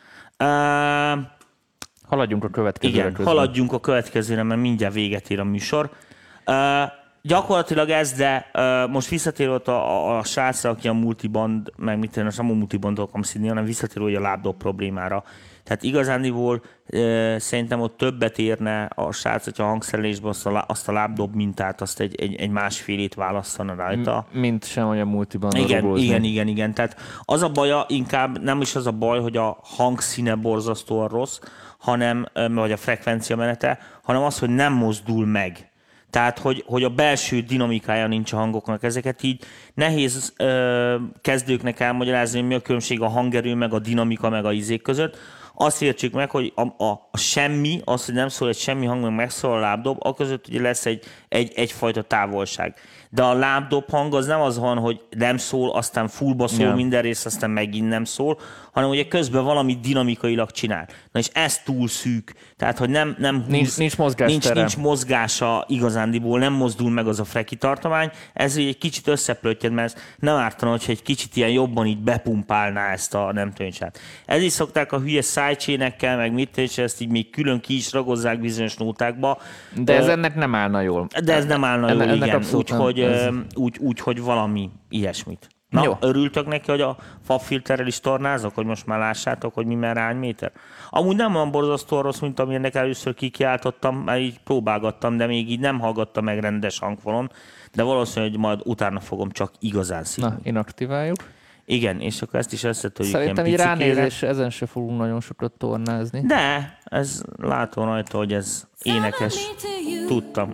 Haladjunk a következőre. Igen, közben. Haladjunk a következőre, mert mindjárt véget ér a műsor. Gyakorlatilag ez, de most visszatér ott a srácra, aki a multiband, meg mit tenni, nem a multibandot akarom szidni, hanem visszatér hogy a lábdob problémára. Tehát igazándiból szerintem ott többet érne a srác, hogyha a hangszerelésben azt a lábdob mintát, azt egy másfélét választana rajta. Mint sem, hogy a multibandon igen. Tehát az a baja, inkább nem is az a baj, hogy a hangszíne borzasztóan rossz, hanem, vagy a frekvencia menete, hanem az, hogy nem mozdul meg. Tehát, hogy a belső dinamikája nincs a hangoknak. Ezeket így nehéz kezdőknek elmagyarázni, hogy mi a különbség a hangerő, meg a dinamika, meg a izék között. Azt értsük meg, hogy a semmi, az, hogy nem szól egy semmi hang, meg megszól a lábdob, a között ugye lesz egyfajta távolság. de a lábdob hang az nem az van, hogy nem szól, aztán fullba szól minden rész, aztán megint nem szól, hanem ugye közben valamit dinamikailag csinál. Na és ez túl szűk, tehát hogy nincs mozgástere. Nincs mozgása igazándiból, nem mozdul meg az a freki tartomány, ez egy kicsit összeplöttyed, mert ez nem ártana, hogyha egy kicsit ilyen jobban így bepumpálná ezt a nem töncsát. Ez is szokták a hülye sidechainekkel, meg mit, és ezt így még külön ki is ragozzák bizonyos nótákba. De ez ennek nem állna jól. De ez nem állna jól, igen. Úgyhogy valami ilyesmit. Na, jó. Örültök neki, hogy a fabfilterrel is tornázok, hogy most már lássátok, hogy mi merre hány méter? Amúgy nem olyan borzasztó rossz, mint amilyennek először kikiáltottam, mert így próbálgattam, de még így nem hallgattam meg rendes hangfalon, de valószínűleg hogy majd utána fogom csak igazán szívni. Na, inaktiváljuk. Igen, és akkor ezt is összetudjuk. Szerintem így ránézés ezen se fogunk nagyon sokat tornázni. De, ez látó rajta, hogy ez énekes. Tudtam.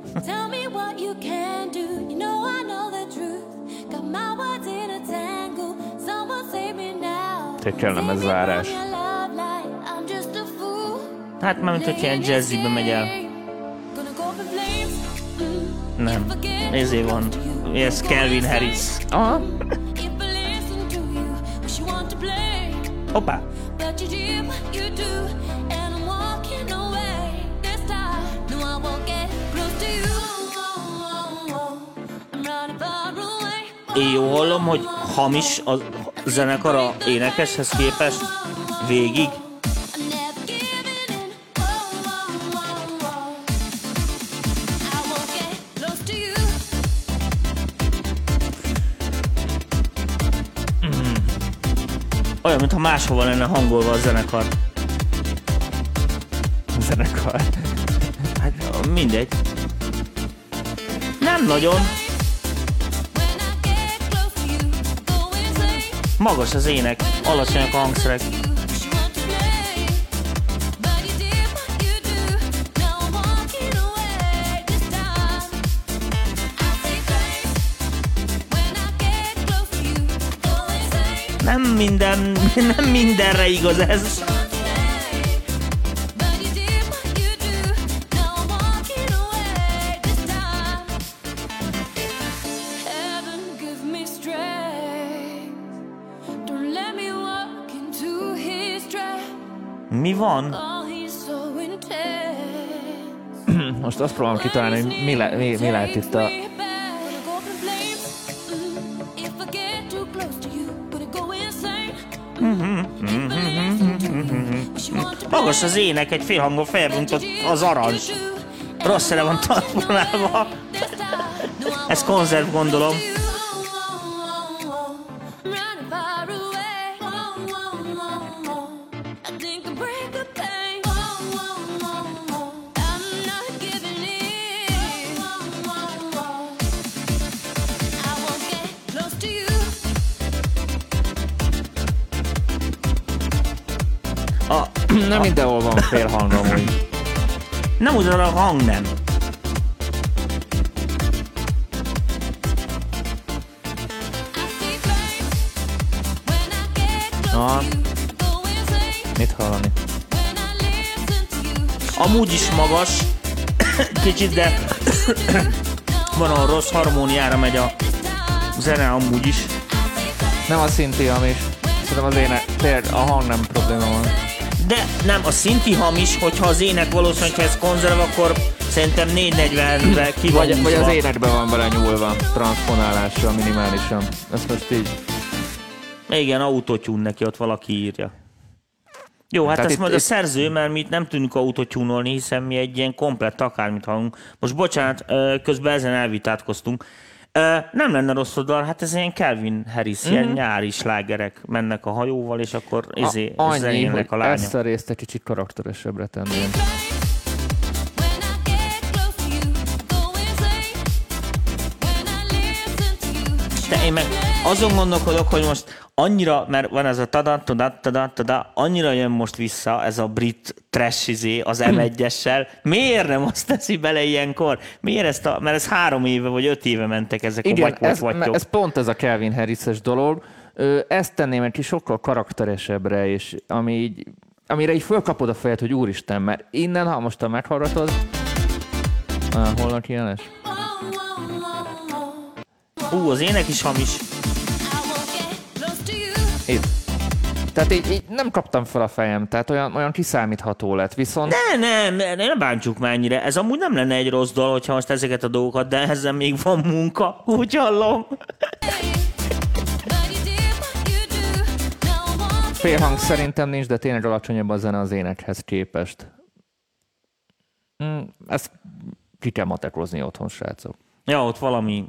Te kellemes zárás. Hát már mint hogy ilyen jazzibe megy el. Nem. Ezért van. Ez Calvin Harris. Aha. Hoppá. Én jól hallom, hogy hamis a zenekar a énekeshez képest végig. Olyan, mintha máshova lenne hangolva a zenekar. Hát mindegy. Nem nagyon. Magas az ének, alacsonyak a hangszerek. Nem mindenre igaz ez. Mi van? Most azt próbálom kitalálni, hogy mi lehet itt a... Magas az ének, egy félhangon felbújt az arancs. Rossz van találva. Ez konzerv, gondolom. Nem mindenhol van fél hang amúgy. Nem ugyan a hang nem. Na, mit hallani? Amúgy is magas, kicsit, de van a rossz harmóniára megy a zene amúgy is. Nem a szinti hamis. Szerintem az ének, a hang nem probléma van. De nem, a szinti hamis, hogyha az ének valószínűleg, ha ez konzerv, akkor szerintem 440-re ki van vagy az énekben van bele nyúlva, transponálásra minimálisan. Ezt most így... Igen, autotune neki ott valaki írja. Jó, hát ezt majd a szerző, mert mi itt nem tudunk autotune-olni, hiszen mi egy ilyen komplett akármit hallunk. Most bocsánat, közben ezen elvitátkoztunk. Nem lenne rossz oldal, hát ez ilyen Calvin Harris, ilyen nyári slágerek mennek a hajóval, és akkor zenének a lányok. Ezt a részt egy kicsit karakteresebbre tenném. De én meg azon gondolkodok, hogy most annyira, mert van ez a tada, annyira jön most vissza ez a brit trash az M1-essel. Miért nem azt teszi bele ilyenkor? Miért mert ez 3 éve vagy 5 éve mentek ezek igen, a vagyok. Ez pont ez a Calvin Harris-es dolog. Ezt tenném egy kis sokkal karakteresebbre, és amire így fölkapod a fejed, hogy úristen, mert innen, ha most meghallgatod... hol van kijelenés? Az ének is hamis. Itt. Tehát így nem kaptam fel a fejem, tehát olyan kiszámítható lett, viszont... Nem bántsuk már ennyire. Ez amúgy nem lenne egy rossz dal, hogyha most ezeket a dolgokat, de ezzel még van munka, úgy hallom. Félhang szerintem nincs, de tényleg alacsonyabb a zene az énekhez képest. Ezt ki kell matekozni otthon, srácok. Ja, ott valami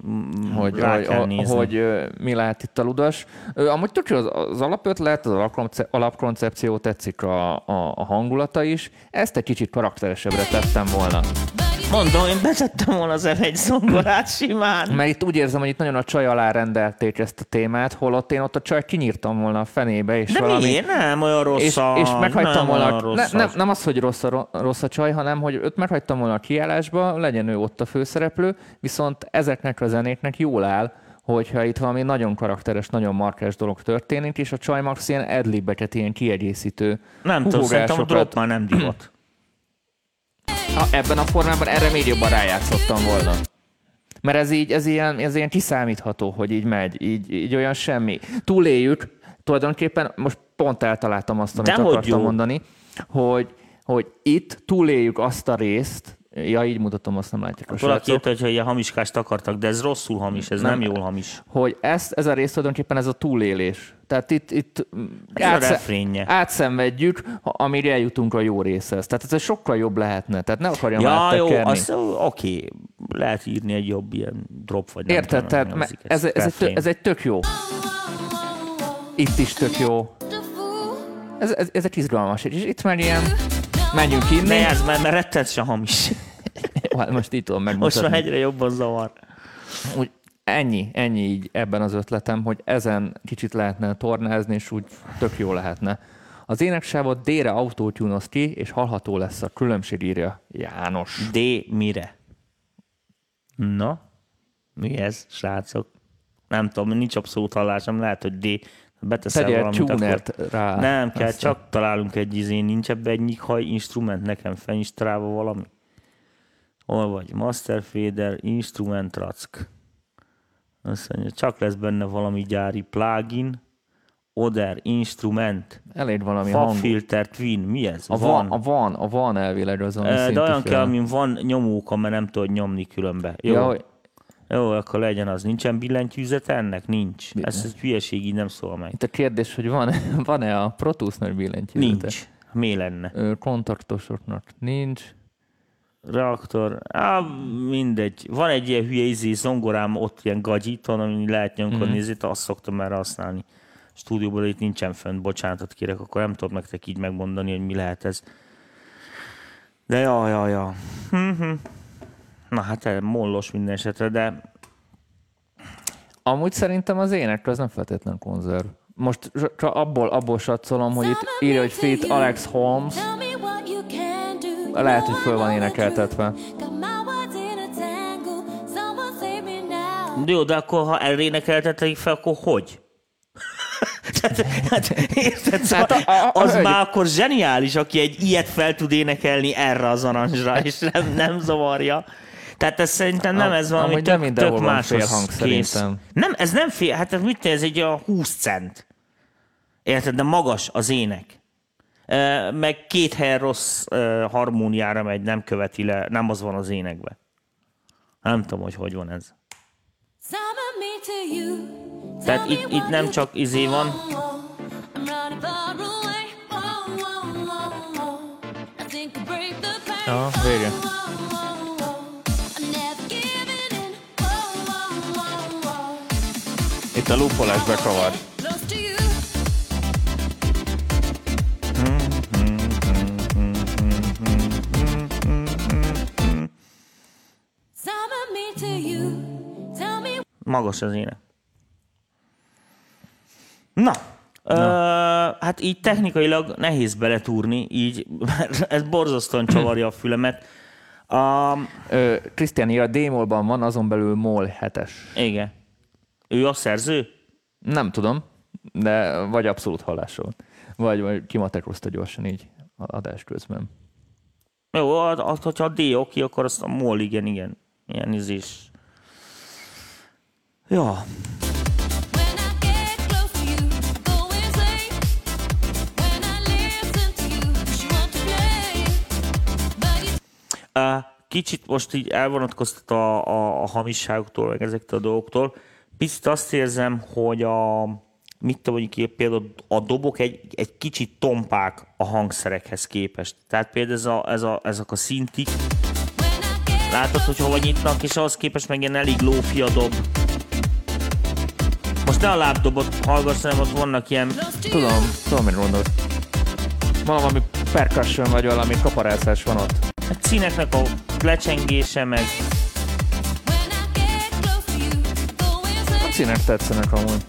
hogy mi lehet itt a ludas. Amúgy tök jó az alapötlet, az alapkoncepció, tetszik a hangulata is. Ezt egy kicsit karakteresebbre tettem volna. Mondom, én betettem volna az F1 zongorát simán. Mert itt úgy érzem, hogy itt nagyon a csaj alá rendelték ezt a témát, holott én ott a csaj kinyírtam volna a fenébe. És de valami, miért? Nem olyan rossz és meghagytam volna, nem az, hogy rossz a csaj, hanem hogy őt meghagytam volna a kiállásba, legyen ő ott a főszereplő, viszont ezeknek a zenéknek jól áll, hogyha itt valami nagyon karakteres, nagyon markás dolog történik, és a csaj max ilyen adlibbeket, ilyen kiegészítő nem tudom, szerintem a drop már nem divat. Ebben a formában erre még jobban rájátszottam volna. Mert ez ilyen kiszámítható, hogy így megy, így olyan semmi. Túléljük, tulajdonképpen most pont eltaláltam azt, amit akartam mondani, hogy itt túléljük azt a részt, ja, így mutatom, azt nem látják a valaki írta, hogyha ilyen hamiskást akartak, de ez rosszul hamis, ez nem jól hamis. Hogy ez a rész tulajdonképpen ez a túlélés. Tehát itt átszenvedjük, amíg eljutunk a jó részhez. Tehát ez sokkal jobb lehetne. Tehát ne akarjam áttekerni. Jó, azt oké. Lehet írni egy jobb ilyen drop, vagy nem. Érted? Tehát ez egy tök jó. Itt is tök jó. Ez egy izgalmas. És itt már ilyen menjünk inni. Ne ez mert rettenetesen hamis. Most itt tudom megmutatni. Most már egyre jobban zavar. Úgy, ennyi így ebben az ötletem, hogy ezen kicsit lehetne tornázni, és úgy tök jó lehetne. Az éneksávot D-re autótunoz ki, és hallható lesz a különbség, írja János. D mire? Na? Mi ez, srácok? Nem tudom, nincs abszolút hallásom, lehet, hogy D. Beteszel valamit, tunert rá. Nem kell, csak találunk egy nincs ebbe egy nyikhaj instrument, nekem fenyisztrálva valami. Hol vagy? Master Fader, Instrument Rack. Azt mondja, csak lesz benne valami gyári plugin, Oder, Instrument, elég valami Fabfilter, Twin, mi ez? A van elvileg azon a de olyan kell, amin van nyomóka, mert nem tudod nyomni különbe. Jó. Ja, jó, akkor legyen az. Nincsen billentyűzet ennek? Nincs. Ez egy hülyeség, így nem szól meg. Itt a kérdés, hogy van-e a Pro Tools-nak billentyűzete? Nincs. Mi lenne? Kontaktosoknak nincs. Reaktor, mindegy. Van egy ilyen hülye zongorám ott ilyen gagyiton, amin lehet nyomkodni, azt szoktam erre használni. Stúdióban itt nincsen fönt, bocsánatot kérek, akkor nem tudom nektek így megmondani, hogy mi lehet ez. De ja. Na hát mollos minden esetre, de... Amúgy szerintem az ének az nem feltétlen konzerv. Most csak abból satszolom, hogy itt írja, hogy feat Alex Holmes. Lehet, hogy föl van énekeltetve. Jó, de akkor ha erre énekeltetik fel, akkor hogy? Érted? Szóval az már akkor zseniális, aki egy ilyet fel tud énekelni erre az aranzsra, és nem zavarja. Tehát ez szerintem nem ez valami tök máshoz kész. Nem, ez nem fél, hát ez mit ez egy a 20 cent. Érted? De magas az ének. Meg két helyen rossz harmóniára megy, nem követi le, nem az van az énekben. Nem tudom, hogy van ez. Tehát itt nem csak izé van. Ja, vége. Itt a loopolás bekavar. Magas az ének. Na. Hát így technikailag nehéz beletúrni, így, mert ez borzasztóan csavarja a fülemet. Krisztián írja, a D-molban van, azon belül MOL 7-es. Igen. Ő a szerző? Nem tudom, de vagy abszolút hallásról. Vagy kimatekozta gyorsan így adás közben. Jó, hogyha a D oké, akkor azt a MOL igen. Ilyen izés. Ja. Kicsit most így elvonatkoztat a hamisságoktól, meg ezektől a dolgoktól. Picit azt érzem, hogy mit tudom, hogy például a dobok egy kicsit tompák a hangszerekhez képest. Tehát például ezek a szintik, látod, hogy hova nyitnak, és ahhoz képest meg ilyen elég lófi a dob. Most ne a lábdobot hallgatsz, hanem ott vannak ilyen... Tudom, mit mondod. Valami percussion vagy valami kaparászás van ott. A színeknek a lecsengése meg... A színek tetszenek amúgy.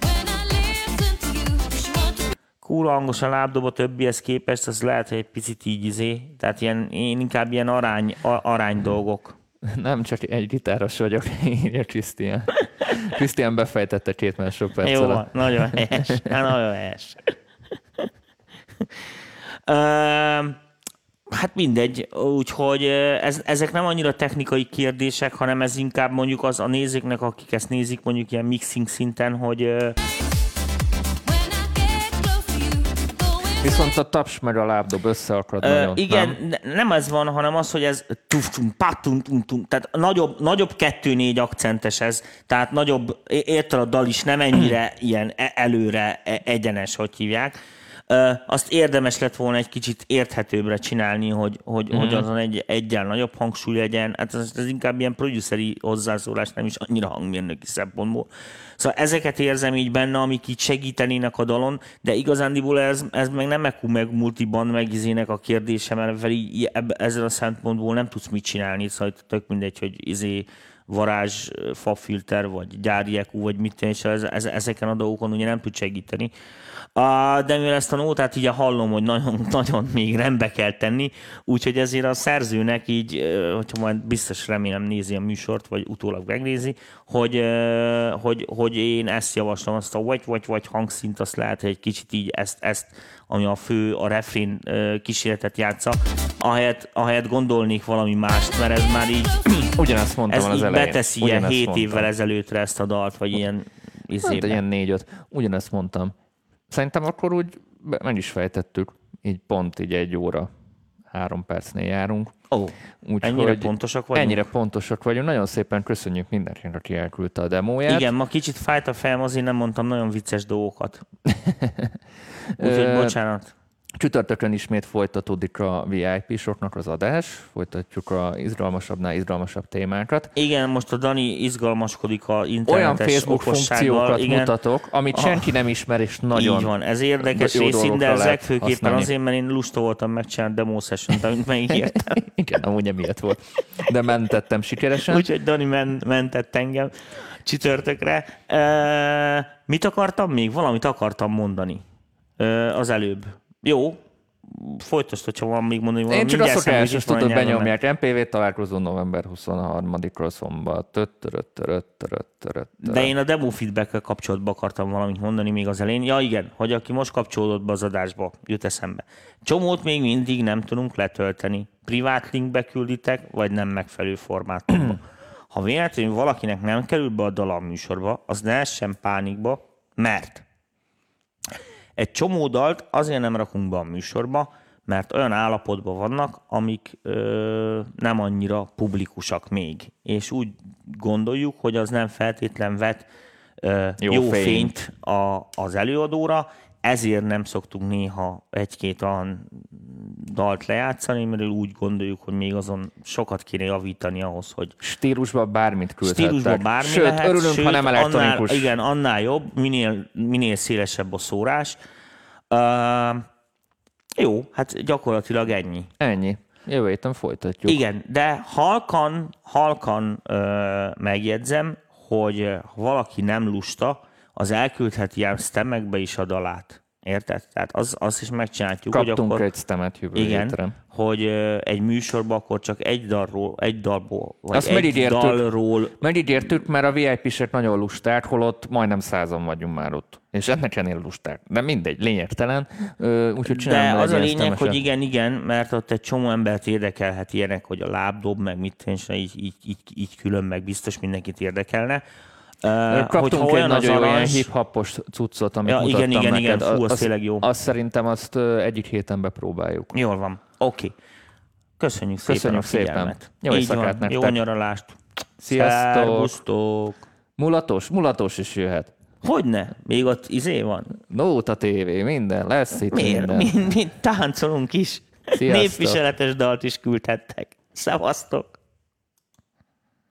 Kurva hangos a lábdob a többihez képest, az lehet, hogy egy picit így tehát én inkább ilyen arány dolgok. Nem, csak egy gitáros vagyok, írja Krisztián. Krisztián befejtette 2 másodperc Jó, alatt. nagyon helyes. Nagyon helyes. Hát mindegy, úgyhogy ezek nem annyira technikai kérdések, hanem ez inkább mondjuk az a nézőknek, akik ezt nézik, mondjuk ilyen mixing szinten, hogy... Viszont a taps meg a lábdob összeakad nagyon. Igen, nem ez van, hanem az, hogy ez tehát nagyobb 2-4 akcentes ez, tehát nagyobb, érted a dal is nem ennyire ilyen előre egyenes, hogy hívják. Azt érdemes lett volna egy kicsit érthetőbbre csinálni, hogy azon egyen nagyobb hangsúly legyen. Hát ez inkább ilyen produceri hozzászólás, nem is annyira hangmérnöki szempontból. Szóval ezeket érzem így benne, amik így segítenének a dalon, de igazándiból ez meg nem meg multiban megizének a kérdése, mert ezzel a szempontból nem tudsz mit csinálni, szóval tök mindegy, hogy varázs, fafilter, vagy gyári EQ, vagy mit tenni, és ezeken a dolgokon ugye nem tud segíteni. De mivel ezt a nótát így hallom, hogy nagyon még rendbe kell tenni, úgyhogy ezért a szerzőnek így, hogyha majd biztos remélem nézi a műsort, vagy utólag megnézi, hogy én ezt javaslom, azt a vagy hangszint, azt lehet, hogy egy kicsit így ezt ami a refrén kísérletet játsza, ahelyett gondolnék valami mást, mert ez már így... Ugyanezt mondtam ez az így elején. beteszi ilyen 7 évvel ezelőttre ezt a dalt, vagy ilyen Hát ilyen 4-5. Ugyanezt mondtam. Szerintem akkor úgy meg is fejtettük, így pont így 1 óra, 3 percnél járunk. Ennyire pontosak vagyunk? Ennyire pontosak vagyunk. Nagyon szépen köszönjük mindenkinek, aki elküldte a demóját. Igen, ma kicsit fájt a fejem, azért nem mondtam nagyon vicces dolgokat. Úgyhogy bocsánat. Csütörtökön ismét folytatódik a VIP-soknak az adás, folytatjuk az izgalmasabbnál izgalmasabb témákat. Igen, most a Dani izgalmaskodik a internetes olyan Facebook funkciókat mutatok, amit senki nem ismer, és nagyon így van, ez érdekes részén, de ezek főképpen azért, mert én lusta voltam megcsinálni demo session-t, amit megígértem. Igen, amúgy emiatt volt. De mentettem sikeresen. Úgyhogy Dani mentett engem csütörtökre. Mit akartam még? Valamit akartam mondani az előbb. Jó, folytasd, hogyha van még mondani valami. Én csak azt szokás, és tudod, benyomják. MPV találkozó november 23-ra szombat. De én a demo feedback-kel kapcsolatban akartam valamit mondani még az elején. Ja igen, hogy aki most kapcsolódott be az adásba, jut eszembe. Csomót még mindig nem tudunk letölteni. Privát linkbe külditek, vagy nem megfelelő formátumban. Ha véletlenül valakinek nem kerül be a dal a műsorba, az ne essen pánikba, mert egy csomó dalt azért nem rakunk be a műsorba, mert olyan állapotban vannak, amik nem annyira publikusak még. És úgy gondoljuk, hogy az nem feltétlen vet jó fényt az előadóra, ezért nem szoktunk néha 1-2 olyan dalt lejátszani, mert úgy gondoljuk, hogy még azon sokat kéne javítani ahhoz, hogy... Stílusban bármit küldhettek. Stílusban bármi sőt, lehet, örülünk, ha nem elektronikus. Annál jobb, minél szélesebb a szórás. Jó, hát gyakorlatilag ennyi. Ennyi. Jövő héten folytatjuk. Igen, de halkan megjegyzem, hogy ha valaki nem lusta, az elküldhet ilyen stemekbe is a dalát. Érted? Tehát azt is megcsináljuk. Kaptunk hogy akkor, egy stemet jövő hétre. Hogy egy műsorban akkor csak egy dalból, vagy azt dalról... Megígértük, mert a VIP-sek nagyon lusták, holott majdnem 100-an vagyunk már ott. És ennek ennél lusták. De mindegy, lényegtelen. Úgyhogy de az a lényeg, hogy igen, mert ott egy csomó embert érdekelhet ilyenek, hogy a lábdob, meg mit és így külön, meg biztos mindenkit érdekelne. Kaptunk egy nagyon jó ilyen hip-hopos cuccot, amit mutattam neked. Igen, fú, az tényleg jó. Azt szerintem egyik héten bepróbáljuk. Jól van, oké. Köszönjük szépen a figyelmet. Jó éjszakát nektek. Jó nyaralást. Sziasztok. Szervusztok. Mulatos is jöhet. Hogyne? Még ott van? Nóta TV, minden lesz itt. Miért? Mi táncolunk is. Sziasztok. Népviseletes dalt is küldhettek. Szevasztok.